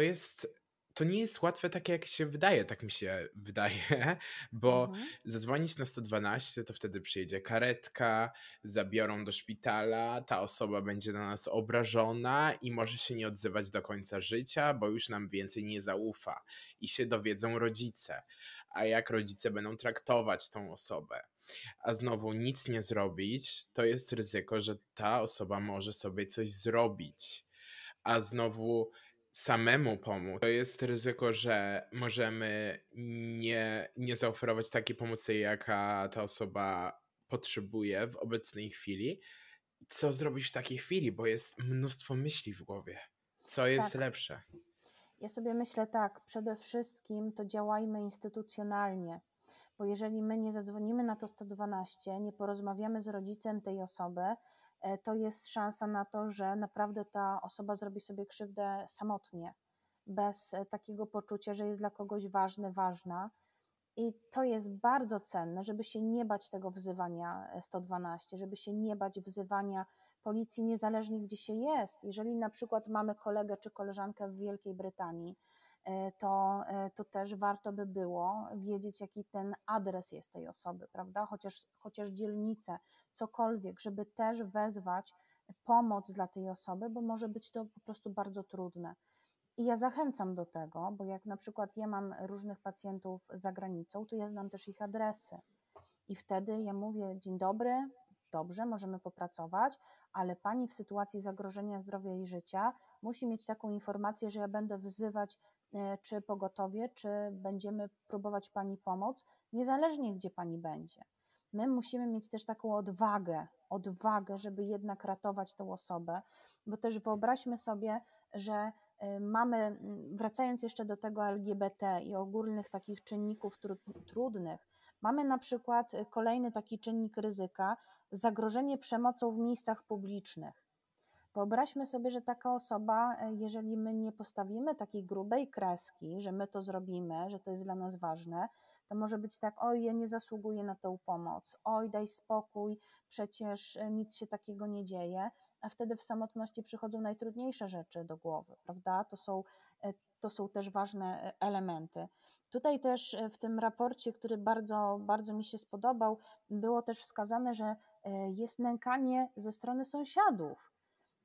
to nie jest łatwe tak jak się wydaje, tak mi się wydaje, bo zadzwonić na 112, to wtedy przyjedzie karetka, zabiorą do szpitala, ta osoba będzie na nas obrażona i może się nie odzywać do końca życia, bo już nam więcej nie zaufa i się dowiedzą rodzice. A jak rodzice będą traktować tą osobę? A znowu nic nie zrobić, to jest ryzyko, że ta osoba może sobie coś zrobić. A znowu samemu pomóc, to jest ryzyko, że możemy nie zaoferować takiej pomocy, jaka ta osoba potrzebuje w obecnej chwili. Co zrobić w takiej chwili, bo jest mnóstwo myśli w głowie. Co jest lepsze? Ja sobie myślę tak, przede wszystkim to działajmy instytucjonalnie, bo jeżeli my nie zadzwonimy na to 112, nie porozmawiamy z rodzicem tej osoby, to jest szansa na to, że naprawdę ta osoba zrobi sobie krzywdę samotnie, bez takiego poczucia, że jest dla kogoś ważny, ważna. I to jest bardzo cenne, żeby się nie bać tego wzywania 112, żeby się nie bać wzywania policji niezależnie gdzie się jest. Jeżeli na przykład mamy kolegę czy koleżankę w Wielkiej Brytanii, to też warto by było wiedzieć, jaki ten adres jest tej osoby, prawda? Chociaż dzielnicę, cokolwiek, żeby też wezwać pomoc dla tej osoby, bo może być to po prostu bardzo trudne. I ja zachęcam do tego, bo jak na przykład ja mam różnych pacjentów za granicą, to ja znam też ich adresy. I wtedy ja mówię: dzień dobry, dobrze, możemy popracować, ale pani w sytuacji zagrożenia zdrowia i życia musi mieć taką informację, że ja będę wzywać czy pogotowie, czy będziemy próbować pani pomóc, niezależnie gdzie pani będzie. My musimy mieć też taką odwagę, żeby jednak ratować tą osobę, bo też wyobraźmy sobie, że mamy, wracając jeszcze do tego LGBT i ogólnych takich czynników trudnych, mamy na przykład kolejny taki czynnik ryzyka, zagrożenie przemocą w miejscach publicznych. Wyobraźmy sobie, że taka osoba, jeżeli my nie postawimy takiej grubej kreski, że my to zrobimy, że to jest dla nas ważne, to może być tak: oj, ja nie zasługuję na tę pomoc, oj, daj spokój, przecież nic się takiego nie dzieje, a wtedy w samotności przychodzą najtrudniejsze rzeczy do głowy, prawda? To są też ważne elementy. Tutaj też w tym raporcie, który bardzo, bardzo mi się spodobał, było też wskazane, że jest nękanie ze strony sąsiadów.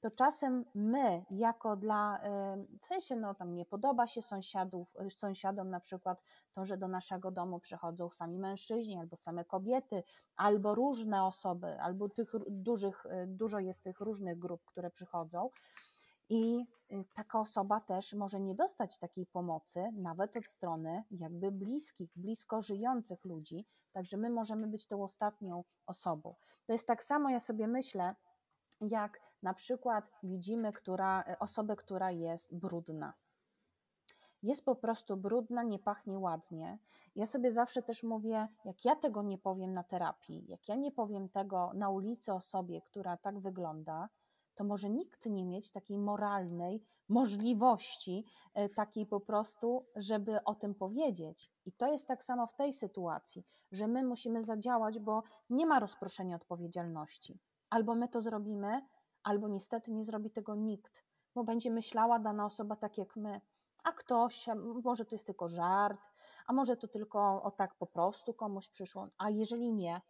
to czasem my jako w sensie no tam nie podoba się sąsiadom na przykład to, że do naszego domu przychodzą sami mężczyźni, albo same kobiety, albo różne osoby, albo dużo jest tych różnych grup, które przychodzą i taka osoba też może nie dostać takiej pomocy, nawet od strony jakby blisko żyjących ludzi, także my możemy być tą ostatnią osobą. To jest tak samo, ja sobie myślę, jak na przykład widzimy osobę, która jest brudna. Jest po prostu brudna, nie pachnie ładnie. Ja sobie zawsze też mówię, jak ja tego nie powiem na terapii, jak ja nie powiem tego na ulicy osobie, która tak wygląda, to może nikt nie mieć takiej moralnej możliwości, takiej po prostu, żeby o tym powiedzieć. I to jest tak samo w tej sytuacji, że my musimy zadziałać, bo nie ma rozproszenia odpowiedzialności. Albo my to zrobimy, albo niestety nie zrobi tego nikt, bo będzie myślała dana osoba tak jak my. A ktoś, może to jest tylko żart, a może to tylko o tak po prostu komuś przyszło, a jeżeli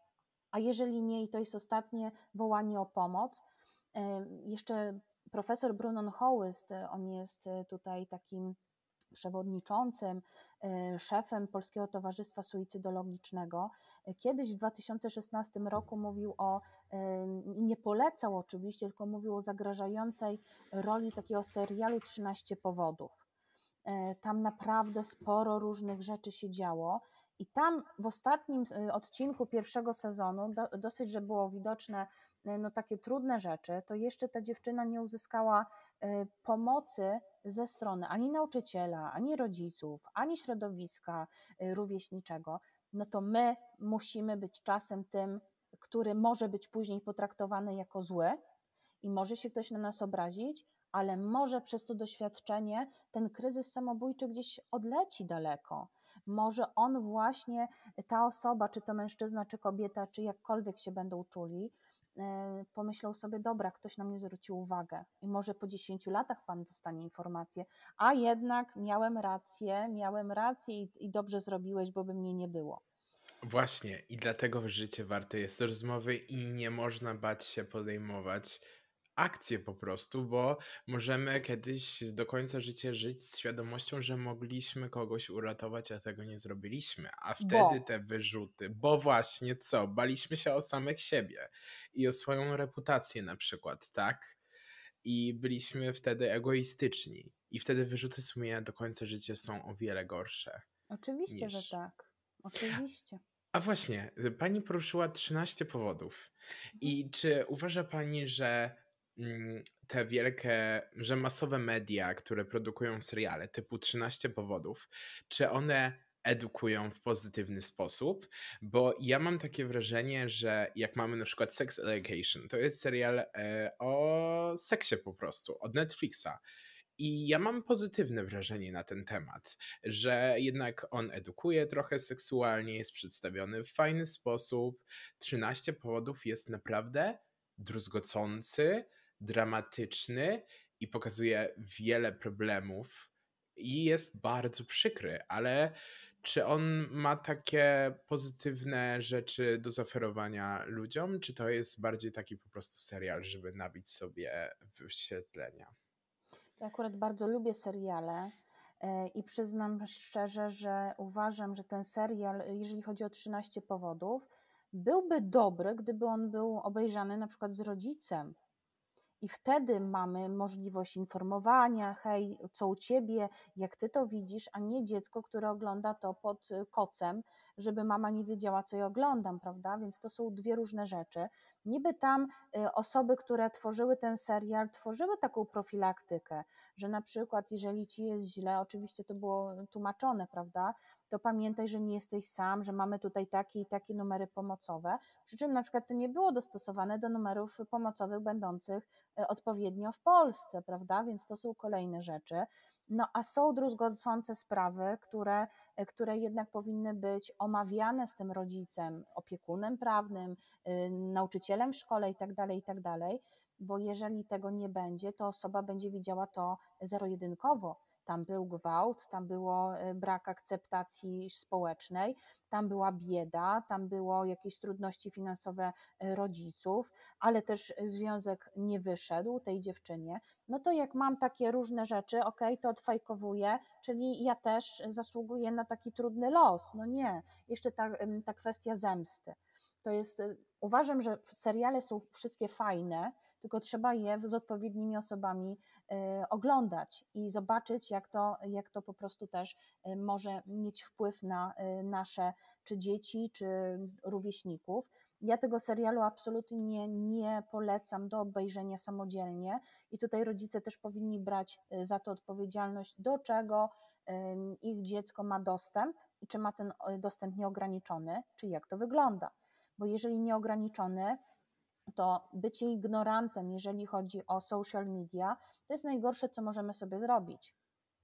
nie i to jest ostatnie wołanie o pomoc. Jeszcze profesor Brunon Hołyst, on jest tutaj takim przewodniczącym, szefem Polskiego Towarzystwa Suicydologicznego. Kiedyś w 2016 roku mówił nie polecał oczywiście, tylko mówił o zagrażającej roli takiego serialu 13 powodów. Tam naprawdę sporo różnych rzeczy się działo i tam w ostatnim odcinku pierwszego sezonu dosyć, że było widoczne no, takie trudne rzeczy, to jeszcze ta dziewczyna nie uzyskała pomocy ze strony ani nauczyciela, ani rodziców, ani środowiska rówieśniczego. No to my musimy być czasem tym, który może być później potraktowany jako zły i może się ktoś na nas obrazić, ale może przez to doświadczenie ten kryzys samobójczy gdzieś odleci daleko. Może on właśnie, ta osoba, czy to mężczyzna, czy kobieta, czy jakkolwiek się będą czuli, pomyślał sobie, dobra, ktoś na mnie zwrócił uwagę i może po 10 latach pan dostanie informację, a jednak miałem rację i dobrze zrobiłeś, bo by mnie nie było. Właśnie i dlatego w życie warte jest rozmowy i nie można bać się podejmować akcje po prostu, bo możemy kiedyś do końca życia żyć z świadomością, że mogliśmy kogoś uratować, a tego nie zrobiliśmy. A wtedy te wyrzuty, bo właśnie co, baliśmy się o samych siebie i o swoją reputację na przykład, tak? I byliśmy wtedy egoistyczni. I wtedy wyrzuty sumienia do końca życia są o wiele gorsze. Oczywiście, że tak. Oczywiście. A właśnie, pani poruszyła 13 powodów. I czy uważa pani, że te że masowe media, które produkują seriale typu 13 powodów, czy one edukują w pozytywny sposób? Bo ja mam takie wrażenie, że jak mamy na przykład Sex Education, to jest serial o seksie po prostu, od Netflixa. I ja mam pozytywne wrażenie na ten temat, że jednak on edukuje trochę seksualnie, jest przedstawiony w fajny sposób. 13 powodów jest naprawdę druzgocący, dramatyczny i pokazuje wiele problemów i jest bardzo przykry, ale czy on ma takie pozytywne rzeczy do zaoferowania ludziom, czy to jest bardziej taki po prostu serial, żeby nabić sobie wyświetlenia? Ja akurat bardzo lubię seriale i przyznam szczerze, że uważam, że ten serial, jeżeli chodzi o 13 powodów, byłby dobry, gdyby on był obejrzany na przykład z rodzicem. I wtedy mamy możliwość informowania, hej, co u ciebie, jak ty to widzisz, a nie dziecko, które ogląda to pod kocem, żeby mama nie wiedziała, co ja oglądam, prawda? Więc to są dwie różne rzeczy. Niby tam osoby, które tworzyły ten serial, tworzyły taką profilaktykę, że na przykład jeżeli ci jest źle, oczywiście to było tłumaczone, prawda? To pamiętaj, że nie jesteś sam, że mamy tutaj takie i takie numery pomocowe, przy czym na przykład to nie było dostosowane do numerów pomocowych będących odpowiednio w Polsce, prawda? Więc to są kolejne rzeczy. No a są druzgocące sprawy, które jednak powinny być omawiane z tym rodzicem, opiekunem prawnym, nauczycielem w szkole itd., bo jeżeli tego nie będzie, to osoba będzie widziała to zero-jedynkowo Tam był gwałt, tam było brak akceptacji społecznej, tam była bieda, tam było jakieś trudności finansowe rodziców, ale też związek nie wyszedł tej dziewczynie. No to jak mam takie różne rzeczy, to odfajkowuję, czyli ja też zasługuję na taki trudny los. No nie, jeszcze ta kwestia zemsty. To jest, uważam, że seriale są wszystkie fajne, tylko trzeba je z odpowiednimi osobami oglądać i zobaczyć, jak to po prostu też może mieć wpływ na nasze czy dzieci, czy rówieśników. Ja tego serialu absolutnie nie polecam do obejrzenia samodzielnie i tutaj rodzice też powinni brać za to odpowiedzialność, do czego ich dziecko ma dostęp i czy ma ten dostęp nieograniczony, czy jak to wygląda. Bo jeżeli nieograniczony, to bycie ignorantem, jeżeli chodzi o social media, to jest najgorsze, co możemy sobie zrobić.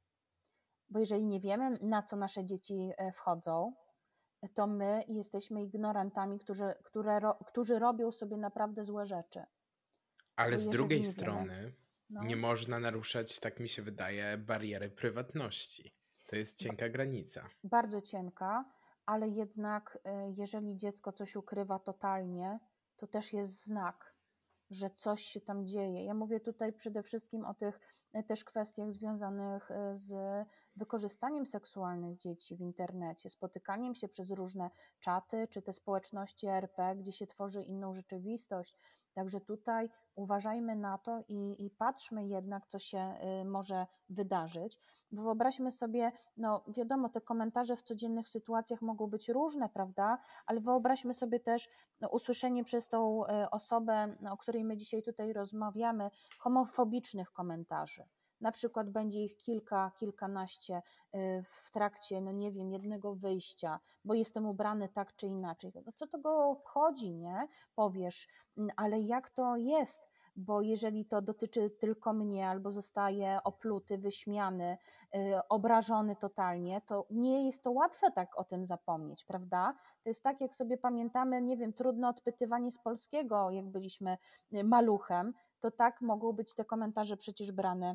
Bo jeżeli nie wiemy, na co nasze dzieci wchodzą, to my jesteśmy ignorantami, którzy robią sobie naprawdę złe rzeczy. Ale Bo z jeżeli drugiej nie strony wiemy, nie można naruszać, tak mi się wydaje, bariery prywatności. To jest cienka granica. Bardzo cienka, ale jednak jeżeli dziecko coś ukrywa totalnie, to też jest znak, że coś się tam dzieje. Ja mówię tutaj przede wszystkim o tych też kwestiach związanych z wykorzystaniem seksualnych dzieci w internecie, spotykaniem się przez różne czaty, czy te społeczności RP, gdzie się tworzy inną rzeczywistość. Także tutaj uważajmy na to i patrzmy jednak, co się może wydarzyć. Bo wyobraźmy sobie, no wiadomo, te komentarze w codziennych sytuacjach mogą być różne, prawda? Ale wyobraźmy sobie też usłyszenie przez tą osobę, o której my dzisiaj tutaj rozmawiamy, homofobicznych komentarzy. Na przykład będzie ich kilkanaście w trakcie, no nie wiem, jednego wyjścia, bo jestem ubrany tak czy inaczej. No co to go obchodzi, nie? Powiesz, ale jak to jest? Bo jeżeli to dotyczy tylko mnie, albo zostaje opluty, wyśmiany, obrażony totalnie, to nie jest to łatwe tak o tym zapomnieć, prawda? To jest tak, jak sobie pamiętamy, nie wiem, trudne odpytywanie z polskiego, jak byliśmy maluchem, to tak mogą być te komentarze przecież brane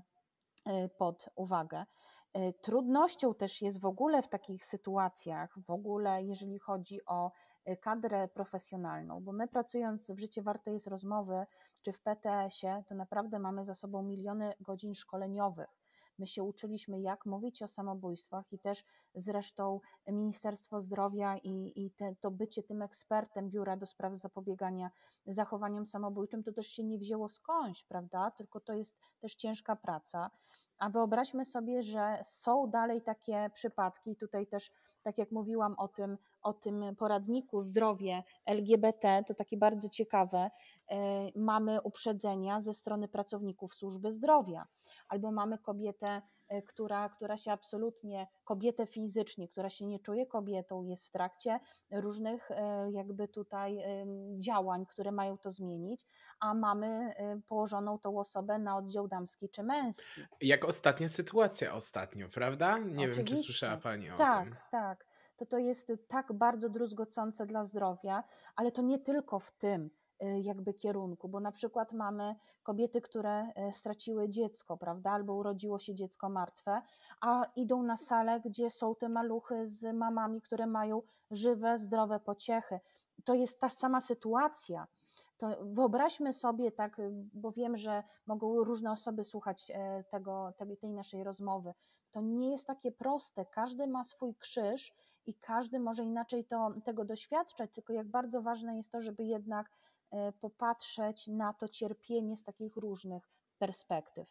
pod uwagę. Trudnością też jest w ogóle w takich sytuacjach, w ogóle jeżeli chodzi o kadrę profesjonalną, bo my pracując w Życie Warte jest Rozmowy, czy w PTS-ie, to naprawdę mamy za sobą miliony godzin szkoleniowych. My się uczyliśmy, jak mówić o samobójstwach i też zresztą Ministerstwo Zdrowia i to bycie tym ekspertem Biura do Spraw Zapobiegania Zachowaniom Samobójczym, to też się nie wzięło skądś, prawda? Tylko to jest też ciężka praca. A wyobraźmy sobie, że są dalej takie przypadki, tutaj też, tak jak mówiłam o tym poradniku zdrowie LGBT, to takie bardzo ciekawe, mamy uprzedzenia ze strony pracowników służby zdrowia, albo mamy kobietę, która się absolutnie, kobietę fizycznie, która się nie czuje kobietą, jest w trakcie różnych jakby tutaj działań, które mają to zmienić, a mamy położoną tą osobę na oddział damski czy męski. Jak ostatnia sytuacja prawda? Nie wiem, czy słyszała Oczywiście, Pani o tym. tak. To jest tak bardzo druzgocące dla zdrowia, ale to nie tylko w tym jakby kierunku, bo na przykład mamy kobiety, które straciły dziecko, prawda, albo urodziło się dziecko martwe, a idą na salę, gdzie są te maluchy z mamami, które mają żywe, zdrowe pociechy. To jest ta sama sytuacja. To wyobraźmy sobie tak, bo wiem, że mogą różne osoby słuchać tej naszej rozmowy. To nie jest takie proste. Każdy ma swój krzyż i każdy może inaczej tego doświadczać, tylko jak bardzo ważne jest to, żeby jednak popatrzeć na to cierpienie z takich różnych perspektyw.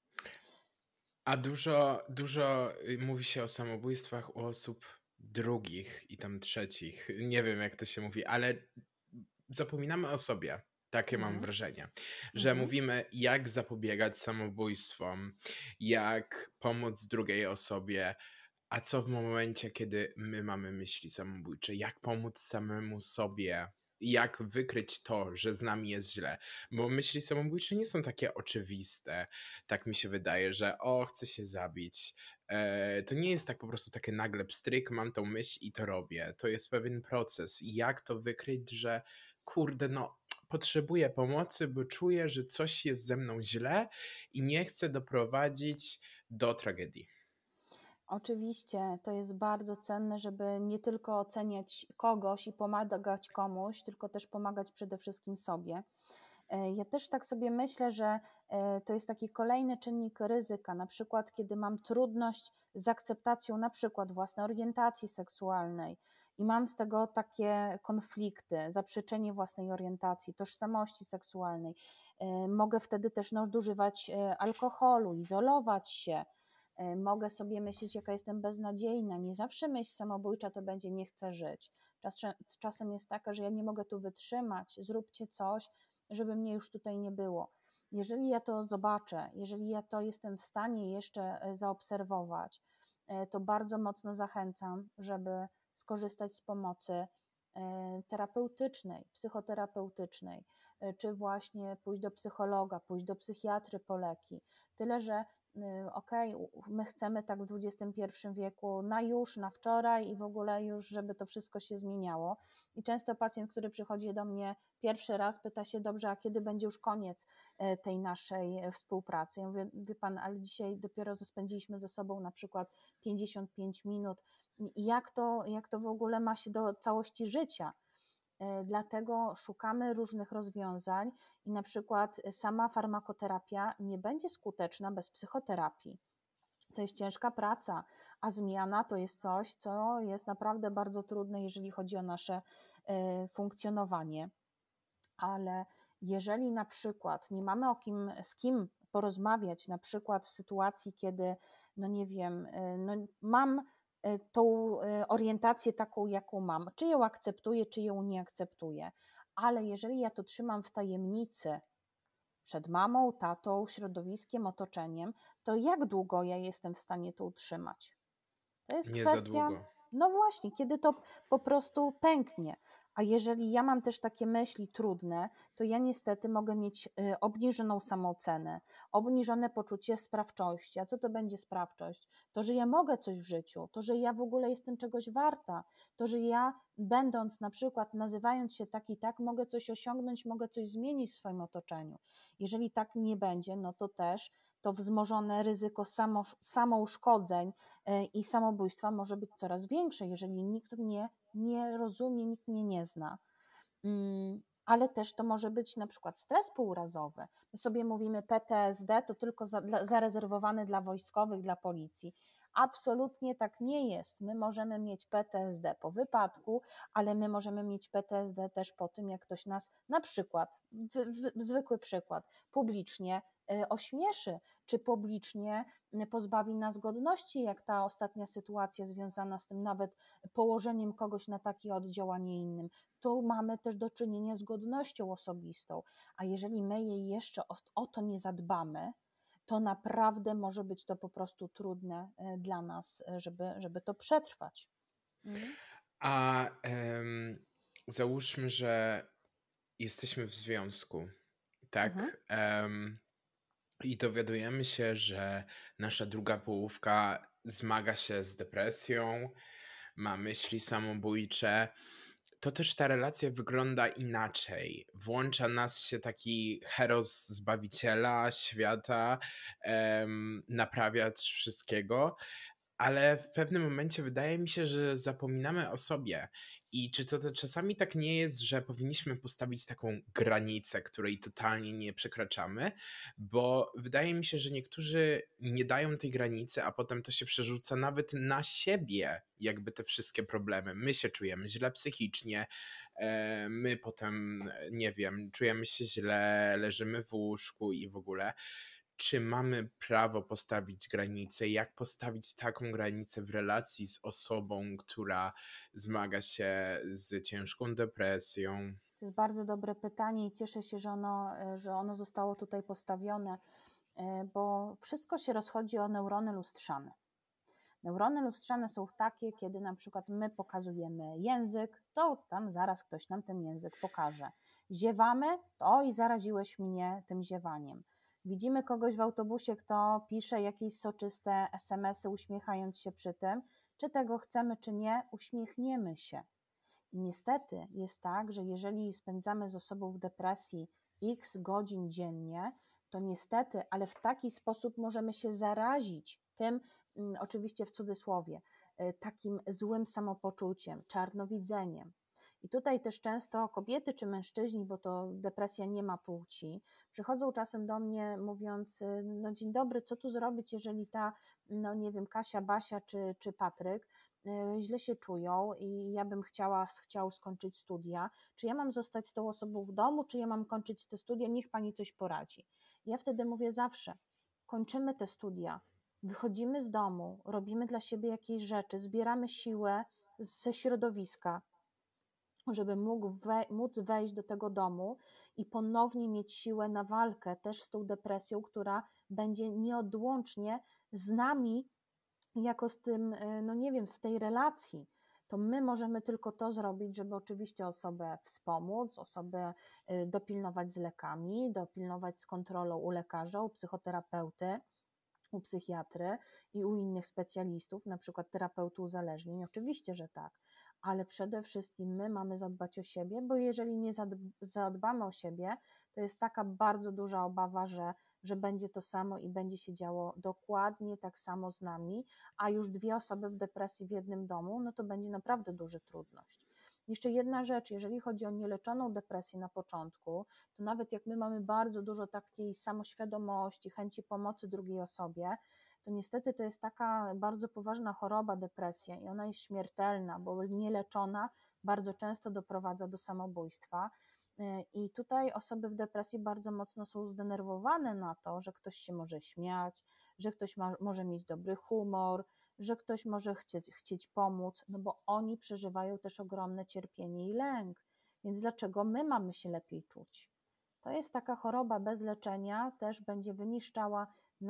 A dużo mówi się o samobójstwach u osób drugich i tam trzecich. Nie wiem, jak to się mówi, ale zapominamy o sobie. Takie mam wrażenie, że mówimy, jak zapobiegać samobójstwom, jak pomóc drugiej osobie, a co w momencie, kiedy my mamy myśli samobójcze, jak pomóc samemu sobie, jak wykryć to, że z nami jest źle, bo myśli samobójcze nie są takie oczywiste, tak mi się wydaje, że chcę się zabić. To nie jest tak po prostu takie nagle pstryk, mam tą myśl i to robię. To jest pewien proces i jak to wykryć, że kurde, potrzebuję pomocy, bo czuję, że coś jest ze mną źle i nie chcę doprowadzić do tragedii. Oczywiście to jest bardzo cenne, żeby nie tylko oceniać kogoś i pomagać komuś, tylko też pomagać przede wszystkim sobie. Ja też tak sobie myślę, że to jest taki kolejny czynnik ryzyka, na przykład kiedy mam trudność z akceptacją na przykład własnej orientacji seksualnej i mam z tego takie konflikty, zaprzeczenie własnej orientacji, tożsamości seksualnej. Mogę wtedy też nadużywać alkoholu, izolować się. Mogę sobie myśleć, jaka jestem beznadziejna. Nie zawsze myśl samobójcza to będzie nie chcę żyć. Czasem jest taka, że ja nie mogę tu wytrzymać, zróbcie coś, żeby mnie już tutaj nie było. Jeżeli ja to zobaczę, jeżeli ja to jestem w stanie jeszcze zaobserwować, to bardzo mocno zachęcam, żeby skorzystać z pomocy terapeutycznej, psychoterapeutycznej, czy właśnie pójść do psychologa, pójść do psychiatry po leki. Tyle, że okej, my chcemy tak w XXI wieku na już, na wczoraj i w ogóle już, żeby to wszystko się zmieniało. I często pacjent, który przychodzi do mnie pierwszy raz, pyta się, dobrze, a kiedy będzie już koniec tej naszej współpracy? Ja mówię, wie pan, ale dzisiaj dopiero spędziliśmy ze sobą na przykład 55 minut. Jak to w ogóle ma się do całości życia? Dlatego szukamy różnych rozwiązań i na przykład sama farmakoterapia nie będzie skuteczna bez psychoterapii. To jest ciężka praca, a zmiana to jest coś, co jest naprawdę bardzo trudne, jeżeli chodzi o nasze funkcjonowanie. Ale jeżeli na przykład nie mamy z kim porozmawiać, na przykład w sytuacji, kiedy, no nie wiem, no mam tą orientację taką, jaką mam, czy ją akceptuję, czy ją nie akceptuję, ale jeżeli ja to trzymam w tajemnicy przed mamą, tatą, środowiskiem, otoczeniem, to jak długo ja jestem w stanie to utrzymać? To jest Nie za kwestia, długo. no właśnie, kiedy to po prostu pęknie. A jeżeli ja mam też takie myśli trudne, to ja niestety mogę mieć obniżoną samoocenę, obniżone poczucie sprawczości. A co to będzie sprawczość? To, że ja mogę coś w życiu, to, że ja w ogóle jestem czegoś warta, to, że ja będąc na przykład, nazywając się tak i tak, mogę coś osiągnąć, mogę coś zmienić w swoim otoczeniu. Jeżeli tak nie będzie, no to też to wzmożone ryzyko samouszkodzeń i samobójstwa może być coraz większe, jeżeli nikt mnie nie rozumie, nikt mnie nie zna. Ale też to może być na przykład stres półrazowy. My sobie mówimy PTSD to tylko zarezerwowane dla wojskowych, dla policji. Absolutnie tak nie jest. My możemy mieć PTSD po wypadku, ale my możemy mieć PTSD też po tym, jak ktoś nas na przykład, zwykły przykład, publicznie ośmieszy, czy publicznie pozbawi nas godności, jak ta ostatnia sytuacja związana z tym nawet położeniem kogoś na taki oddział, a nie innym. Tu mamy też do czynienia z godnością osobistą, a jeżeli my jej jeszcze o to nie zadbamy, to naprawdę może być to po prostu trudne dla nas, żeby to przetrwać. A załóżmy, że jesteśmy w związku, tak? I dowiadujemy się, że nasza druga połówka zmaga się z depresją, ma myśli samobójcze. To też ta relacja wygląda inaczej. Włącza nas się taki heros zbawiciela świata, naprawiacz wszystkiego, ale w pewnym momencie wydaje mi się, że zapominamy o sobie. I czy to czasami tak nie jest, że powinniśmy postawić taką granicę, której totalnie nie przekraczamy? Bo wydaje mi się, że niektórzy nie dają tej granicy, a potem to się przerzuca nawet na siebie, jakby te wszystkie problemy. My się czujemy źle psychicznie, my potem, nie wiem, czujemy się źle, leżymy w łóżku i w ogóle. Czy mamy prawo postawić granicę? Jak postawić taką granicę w relacji z osobą, która zmaga się z ciężką depresją? To jest bardzo dobre pytanie i cieszę się, że ono zostało tutaj postawione, bo wszystko się rozchodzi o neurony lustrzane. Neurony lustrzane są takie, kiedy na przykład my pokazujemy język, to tam zaraz ktoś nam ten język pokaże. Ziewamy, to i zaraziłeś mnie tym ziewaniem. Widzimy kogoś w autobusie, kto pisze jakieś soczyste SMS-y, uśmiechając się przy tym. Czy tego chcemy, czy nie, uśmiechniemy się. I niestety jest tak, że jeżeli spędzamy z osobą w depresji x godzin dziennie, to niestety, ale w taki sposób możemy się zarazić tym oczywiście w cudzysłowie, takim złym samopoczuciem, czarnowidzeniem. I tutaj też często kobiety czy mężczyźni, bo to depresja nie ma płci, przychodzą czasem do mnie mówiąc, no dzień dobry, co tu zrobić, jeżeli ta, no nie wiem, Kasia, Basia czy Patryk źle się czują i ja bym chciał skończyć studia, czy ja mam zostać z tą osobą w domu, czy ja mam kończyć te studia, niech pani coś poradzi. Ja wtedy mówię zawsze, kończymy te studia, wychodzimy z domu, robimy dla siebie jakieś rzeczy, zbieramy siłę ze środowiska, żeby móc wejść do tego domu i ponownie mieć siłę na walkę też z tą depresją, która będzie nieodłącznie z nami, jako z tym, no nie wiem, w tej relacji. To my możemy tylko to zrobić, żeby oczywiście osobę wspomóc, osobę dopilnować z lekami, dopilnować z kontrolą u lekarza, u psychoterapeuty, u psychiatry i u innych specjalistów, na przykład terapeuty uzależnień, oczywiście, że tak, ale przede wszystkim my mamy zadbać o siebie, bo jeżeli nie zadbamy o siebie, to jest taka bardzo duża obawa, że będzie to samo i będzie się działo dokładnie tak samo z nami, a już 2 osoby w depresji w jednym domu, no to będzie naprawdę duża trudność. Jeszcze jedna rzecz, jeżeli chodzi o nieleczoną depresję na początku, to nawet jak my mamy bardzo dużo takiej samoświadomości, chęci pomocy drugiej osobie, to niestety to jest taka bardzo poważna choroba, depresja, i ona jest śmiertelna, bo nieleczona bardzo często doprowadza do samobójstwa. I tutaj osoby w depresji bardzo mocno są zdenerwowane na to, że ktoś się może śmiać, że ktoś może mieć dobry humor, że ktoś może chcieć pomóc, no bo oni przeżywają też ogromne cierpienie i lęk. Więc dlaczego my mamy się lepiej czuć? To jest taka choroba bez leczenia, też będzie wyniszczała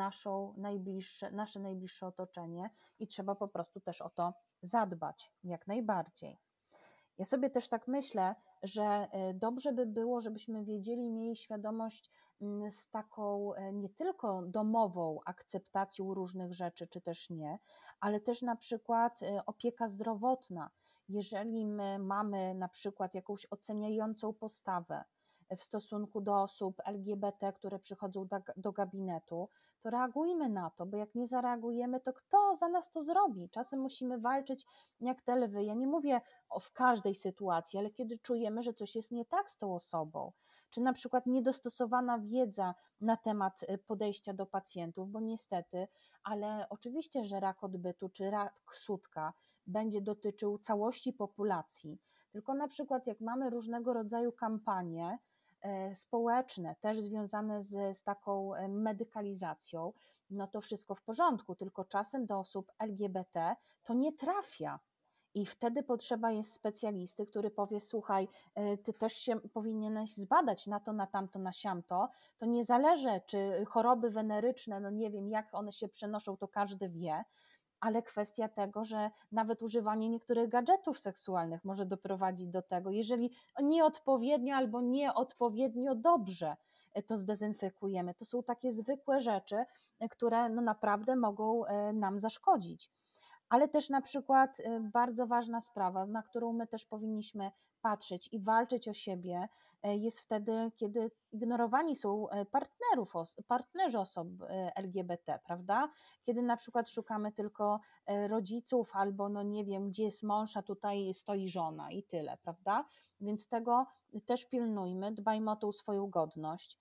nasze najbliższe otoczenie i trzeba po prostu też o to zadbać, jak najbardziej. Ja sobie też tak myślę, że dobrze by było, żebyśmy wiedzieli, mieli świadomość z taką nie tylko domową akceptacją różnych rzeczy, czy też nie, ale też na przykład opieka zdrowotna. Jeżeli my mamy na przykład jakąś oceniającą postawę w stosunku do osób LGBT, które przychodzą do gabinetu, to reagujmy na to, bo jak nie zareagujemy, to kto za nas to zrobi? Czasem musimy walczyć jak te lwy. Ja nie mówię w każdej sytuacji, ale kiedy czujemy, że coś jest nie tak z tą osobą, czy na przykład niedostosowana wiedza na temat podejścia do pacjentów, bo niestety, ale oczywiście, że rak odbytu czy rak sutka będzie dotyczył całości populacji, tylko na przykład jak mamy różnego rodzaju kampanie społeczne, też związane z taką medykalizacją, no to wszystko w porządku, tylko czasem do osób LGBT to nie trafia. I wtedy potrzeba jest specjalisty, który powie, słuchaj, ty też się powinieneś zbadać na to, na tamto, na siamto. To nie zależy, czy choroby weneryczne, no nie wiem, jak one się przenoszą, to każdy wie, ale kwestia tego, że nawet używanie niektórych gadżetów seksualnych może doprowadzić do tego, jeżeli nieodpowiednio albo nieodpowiednio dobrze to zdezynfekujemy. To są takie zwykłe rzeczy, które no naprawdę mogą nam zaszkodzić. Ale też na przykład bardzo ważna sprawa, na którą my też powinniśmy patrzeć i walczyć o siebie, jest wtedy, kiedy ignorowani są partnerzy osób LGBT, prawda? Kiedy na przykład szukamy tylko rodziców albo no nie wiem, gdzie jest mąż, a tutaj stoi żona i tyle, prawda? Więc tego też pilnujmy, dbajmy o tą swoją godność,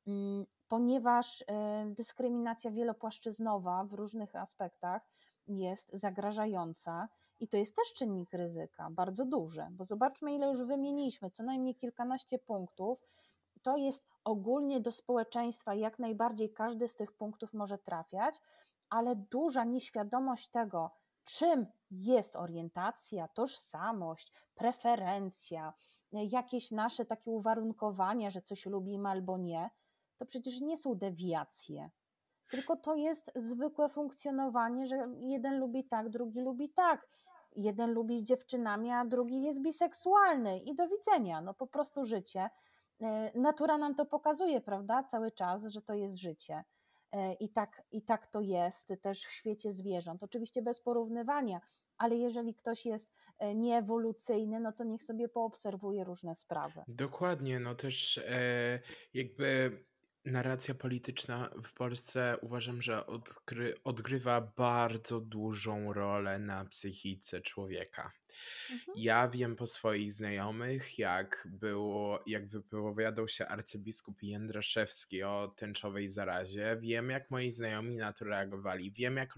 ponieważ dyskryminacja wielopłaszczyznowa w różnych aspektach jest zagrażająca i to jest też czynnik ryzyka, bardzo duży, bo zobaczmy, ile już wymieniliśmy, co najmniej kilkanaście punktów. To jest ogólnie do społeczeństwa, jak najbardziej każdy z tych punktów może trafiać, ale duża nieświadomość tego, czym jest orientacja, tożsamość, preferencja, jakieś nasze takie uwarunkowania, że coś lubimy albo nie, to przecież nie są dewiacje, tylko to jest zwykłe funkcjonowanie, że jeden lubi tak, drugi lubi tak. Jeden lubi z dziewczynami, a drugi jest biseksualny i do widzenia. No po prostu życie. Natura nam to pokazuje, prawda, cały czas, że to jest życie. I tak to jest też w świecie zwierząt. Oczywiście bez porównywania, ale jeżeli ktoś jest nieewolucyjny, no to niech sobie poobserwuje różne sprawy. Dokładnie, no też jakby narracja polityczna w Polsce uważam, że odgrywa bardzo dużą rolę na psychice człowieka. Mhm, Ja wiem po swoich znajomych, jak wypowiadał się arcybiskup Jędraszewski o tęczowej zarazie. Wiem, jak moi znajomi na to reagowali. Wiem, jak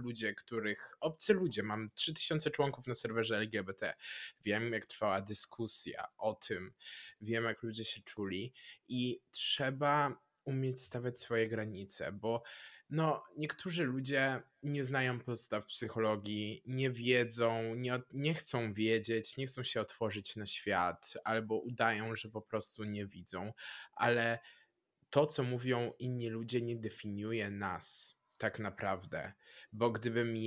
obcy ludzie, mam 3000 członków na serwerze LGBT. Wiem, jak trwała dyskusja o tym. Wiem, jak ludzie się czuli i trzeba umieć stawiać swoje granice, bo niektórzy ludzie nie znają podstaw psychologii, nie wiedzą, nie chcą wiedzieć, nie chcą się otworzyć na świat, albo udają, że po prostu nie widzą, ale to, co mówią inni ludzie, nie definiuje nas tak naprawdę. Bo gdybym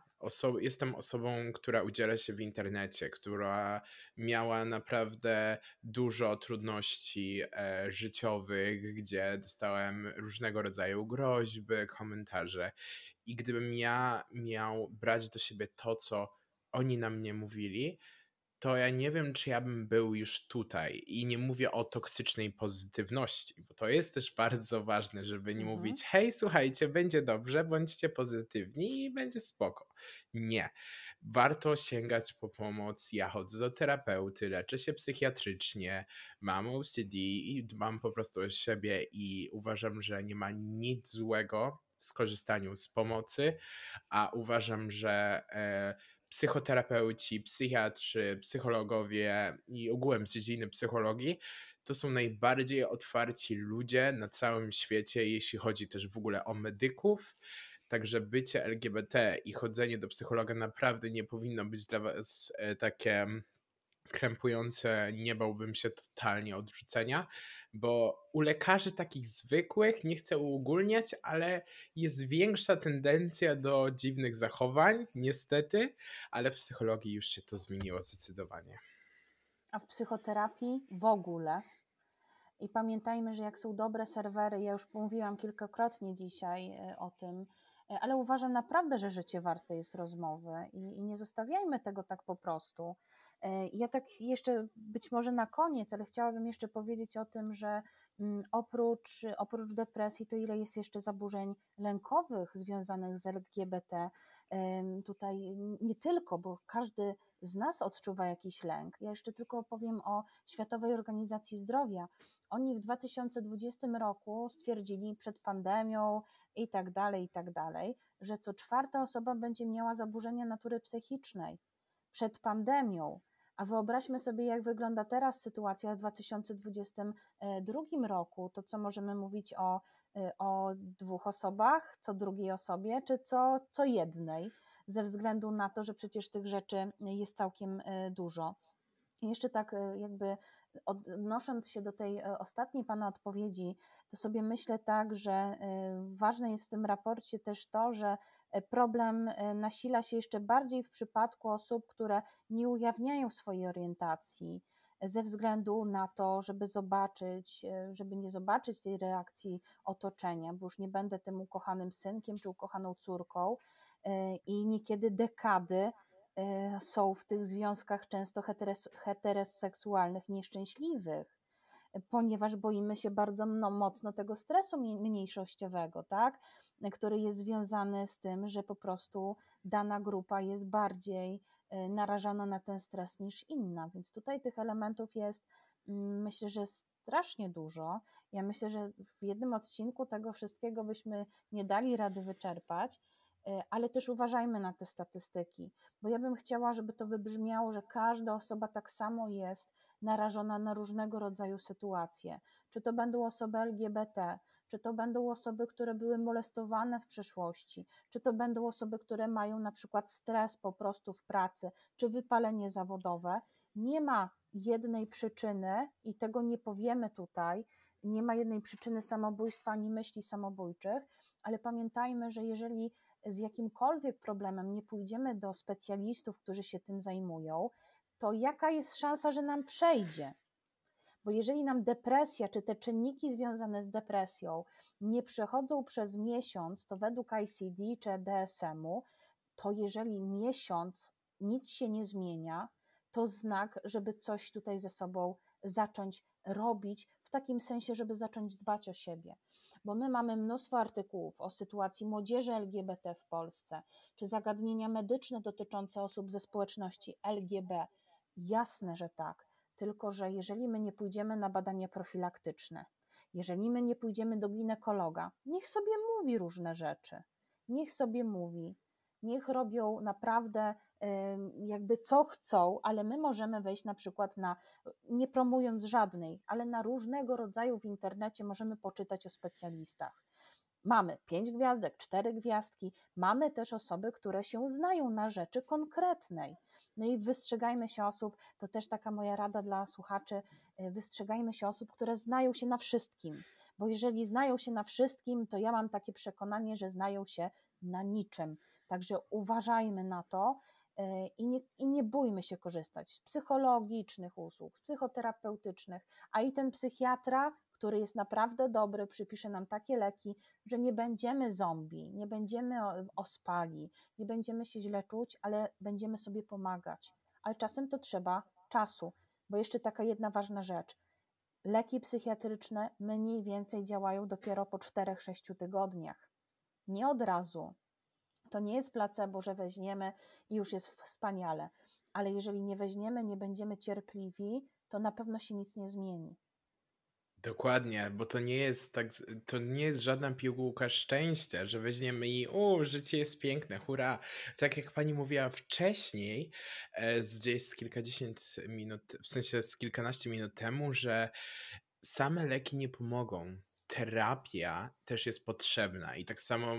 jestem osobą, która udziela się w internecie, która miała naprawdę dużo trudności życiowych, gdzie dostałem różnego rodzaju groźby, komentarze. I gdybym ja miał brać do siebie to, co oni na mnie mówili, to ja nie wiem, czy ja bym był już tutaj. I nie mówię o toksycznej pozytywności, bo to jest też bardzo ważne, żeby nie mhm. mówić: hej, słuchajcie, będzie dobrze, bądźcie pozytywni i będzie spoko. Nie. Warto sięgać po pomoc. Ja chodzę do terapeuty, leczę się psychiatrycznie, mam OCD i dbam po prostu o siebie i uważam, że nie ma nic złego w skorzystaniu z pomocy, a uważam, że psychoterapeuci, psychiatrzy, psychologowie i ogółem z dziedziny psychologii to są najbardziej otwarci ludzie na całym świecie, jeśli chodzi też w ogóle o medyków. Także bycie LGBT i chodzenie do psychologa naprawdę nie powinno być dla was takie krępujące, nie bałbym się totalnie odrzucenia, bo u lekarzy takich zwykłych, nie chcę uogólniać, ale jest większa tendencja do dziwnych zachowań, niestety, ale w psychologii już się to zmieniło zdecydowanie. A w psychoterapii w ogóle. I pamiętajmy, że jak są dobre serwery, ja już mówiłam kilkakrotnie dzisiaj o tym, ale uważam naprawdę, że życie warte jest rozmowy i nie zostawiajmy tego tak po prostu. Ja tak jeszcze być może na koniec, ale chciałabym jeszcze powiedzieć o tym, że oprócz depresji, to ile jest jeszcze zaburzeń lękowych związanych z LGBT. Tutaj nie tylko, bo każdy z nas odczuwa jakiś lęk. Ja jeszcze tylko opowiem o Światowej Organizacji Zdrowia. Oni w 2020 roku stwierdzili przed pandemią i tak dalej, że co czwarta osoba będzie miała zaburzenia natury psychicznej przed pandemią. A wyobraźmy sobie, jak wygląda teraz sytuacja w 2022 roku. To co możemy mówić o 2 osobach, co drugiej osobie, czy co jednej, ze względu na to, że przecież tych rzeczy jest całkiem dużo. I jeszcze tak jakby odnosząc się do tej ostatniej Pana odpowiedzi, to sobie myślę tak, że ważne jest w tym raporcie też to, że problem nasila się jeszcze bardziej w przypadku osób, które nie ujawniają swojej orientacji ze względu na to, żeby nie zobaczyć tej reakcji otoczenia, bo już nie będę tym ukochanym synkiem czy ukochaną córką i niekiedy dekady są w tych związkach często heteroseksualnych nieszczęśliwych, ponieważ boimy się bardzo mocno tego stresu mniejszościowego, tak? Który jest związany z tym, że po prostu dana grupa jest bardziej narażona na ten stres niż inna. Więc tutaj tych elementów jest, myślę, że strasznie dużo. Ja myślę, że w jednym odcinku tego wszystkiego byśmy nie dali rady wyczerpać, ale też uważajmy na te statystyki, bo ja bym chciała, żeby to wybrzmiało, że każda osoba tak samo jest narażona na różnego rodzaju sytuacje. Czy to będą osoby LGBT, czy to będą osoby, które były molestowane w przeszłości, czy to będą osoby, które mają na przykład stres po prostu w pracy, czy wypalenie zawodowe. Nie ma jednej przyczyny i tego nie powiemy tutaj, nie ma jednej przyczyny samobójstwa ani myśli samobójczych, ale pamiętajmy, że jeżeli z jakimkolwiek problemem nie pójdziemy do specjalistów, którzy się tym zajmują, to jaka jest szansa, że nam przejdzie? Bo jeżeli nam depresja, czy te czynniki związane z depresją nie przechodzą przez miesiąc, to według ICD czy DSM-u, to jeżeli miesiąc nic się nie zmienia, to znak, żeby coś tutaj ze sobą zacząć robić, w takim sensie, żeby zacząć dbać o siebie. bo my mamy mnóstwo artykułów o sytuacji młodzieży LGBT w Polsce, czy zagadnienia medyczne dotyczące osób ze społeczności LGB. Jasne, że tak, tylko że jeżeli my nie pójdziemy na badania profilaktyczne, jeżeli my nie pójdziemy do ginekologa, niech sobie mówi różne rzeczy, niech sobie mówi, niech robią naprawdę jakby co chcą, ale my możemy wejść na przykład na, nie promując żadnej, ale na różnego rodzaju w internecie możemy poczytać o specjalistach. Mamy 5 gwiazdek, 4 gwiazdki, mamy też osoby, które się znają na rzeczy konkretnej. No i wystrzegajmy się osób, to też taka moja rada dla słuchaczy, wystrzegajmy się osób, które znają się na wszystkim, bo jeżeli znają się na wszystkim, to ja mam takie przekonanie, że znają się na niczym. Także uważajmy na to i nie bójmy się korzystać z psychologicznych usług, z psychoterapeutycznych, a i ten psychiatra, który jest naprawdę dobry, przypisze nam takie leki, że nie będziemy zombie, nie będziemy ospali, nie będziemy się źle czuć, ale będziemy sobie pomagać. Ale czasem to trzeba czasu, bo jeszcze taka jedna ważna rzecz. Leki psychiatryczne mniej więcej działają dopiero po 4-6 tygodniach. Nie od razu. To nie jest placebo, że weźmiemy i już jest wspaniale. Ale jeżeli nie weźmiemy, nie będziemy cierpliwi, to na pewno się nic nie zmieni. Dokładnie, bo to nie jest żadna pigułka szczęścia, że weźmiemy i życie jest piękne, hurra. Tak jak pani mówiła wcześniej, gdzieś z kilkadziesiąt minut, w sensie z kilkanaście minut temu, że same leki nie pomogą. Terapia też jest potrzebna i tak samo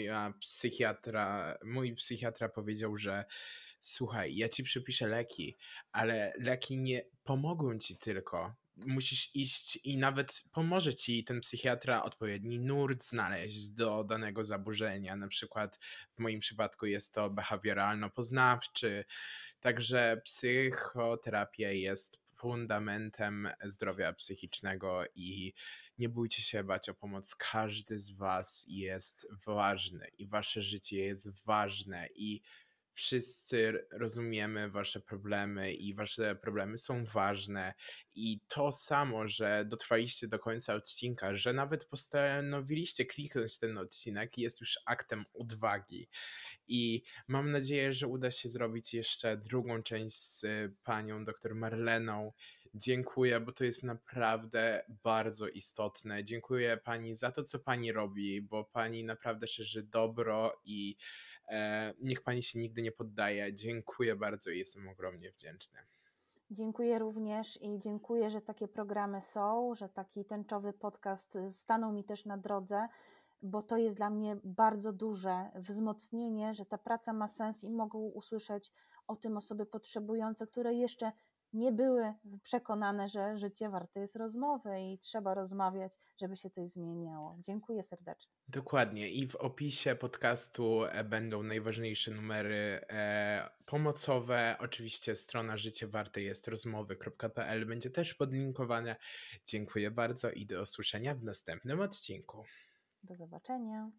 mój psychiatra powiedział, że słuchaj, ja ci przypiszę leki, ale leki nie pomogą ci tylko. Musisz iść i nawet pomoże ci ten psychiatra odpowiedni nurt znaleźć do danego zaburzenia. Na przykład w moim przypadku jest to behawioralno-poznawczy. Także psychoterapia jest fundamentem zdrowia psychicznego i nie bójcie się bać o pomoc. Każdy z was jest ważny i wasze życie jest ważne i wszyscy rozumiemy wasze problemy i wasze problemy są ważne i to samo, że dotrwaliście do końca odcinka, że nawet postanowiliście kliknąć ten odcinek jest już aktem odwagi i mam nadzieję, że uda się zrobić jeszcze drugą część z panią dr Marleną. Dziękuję, bo to jest naprawdę bardzo istotne. Dziękuję pani za to, co pani robi, bo pani naprawdę szerzy dobro i niech pani się nigdy nie poddaje. Dziękuję bardzo i jestem ogromnie wdzięczny. Dziękuję również i dziękuję, że takie programy są, że taki tęczowy podcast stanął mi też na drodze, bo to jest dla mnie bardzo duże wzmocnienie, że ta praca ma sens i mogą usłyszeć o tym osoby potrzebujące, które jeszcze nie były przekonane, że życie warte jest rozmowy i trzeba rozmawiać, żeby się coś zmieniało. Dziękuję serdecznie. Dokładnie i w opisie podcastu będą najważniejsze numery pomocowe. Oczywiście strona życiewarte-jest-rozmowy.pl będzie też podlinkowana. Dziękuję bardzo i do usłyszenia w następnym odcinku. Do zobaczenia.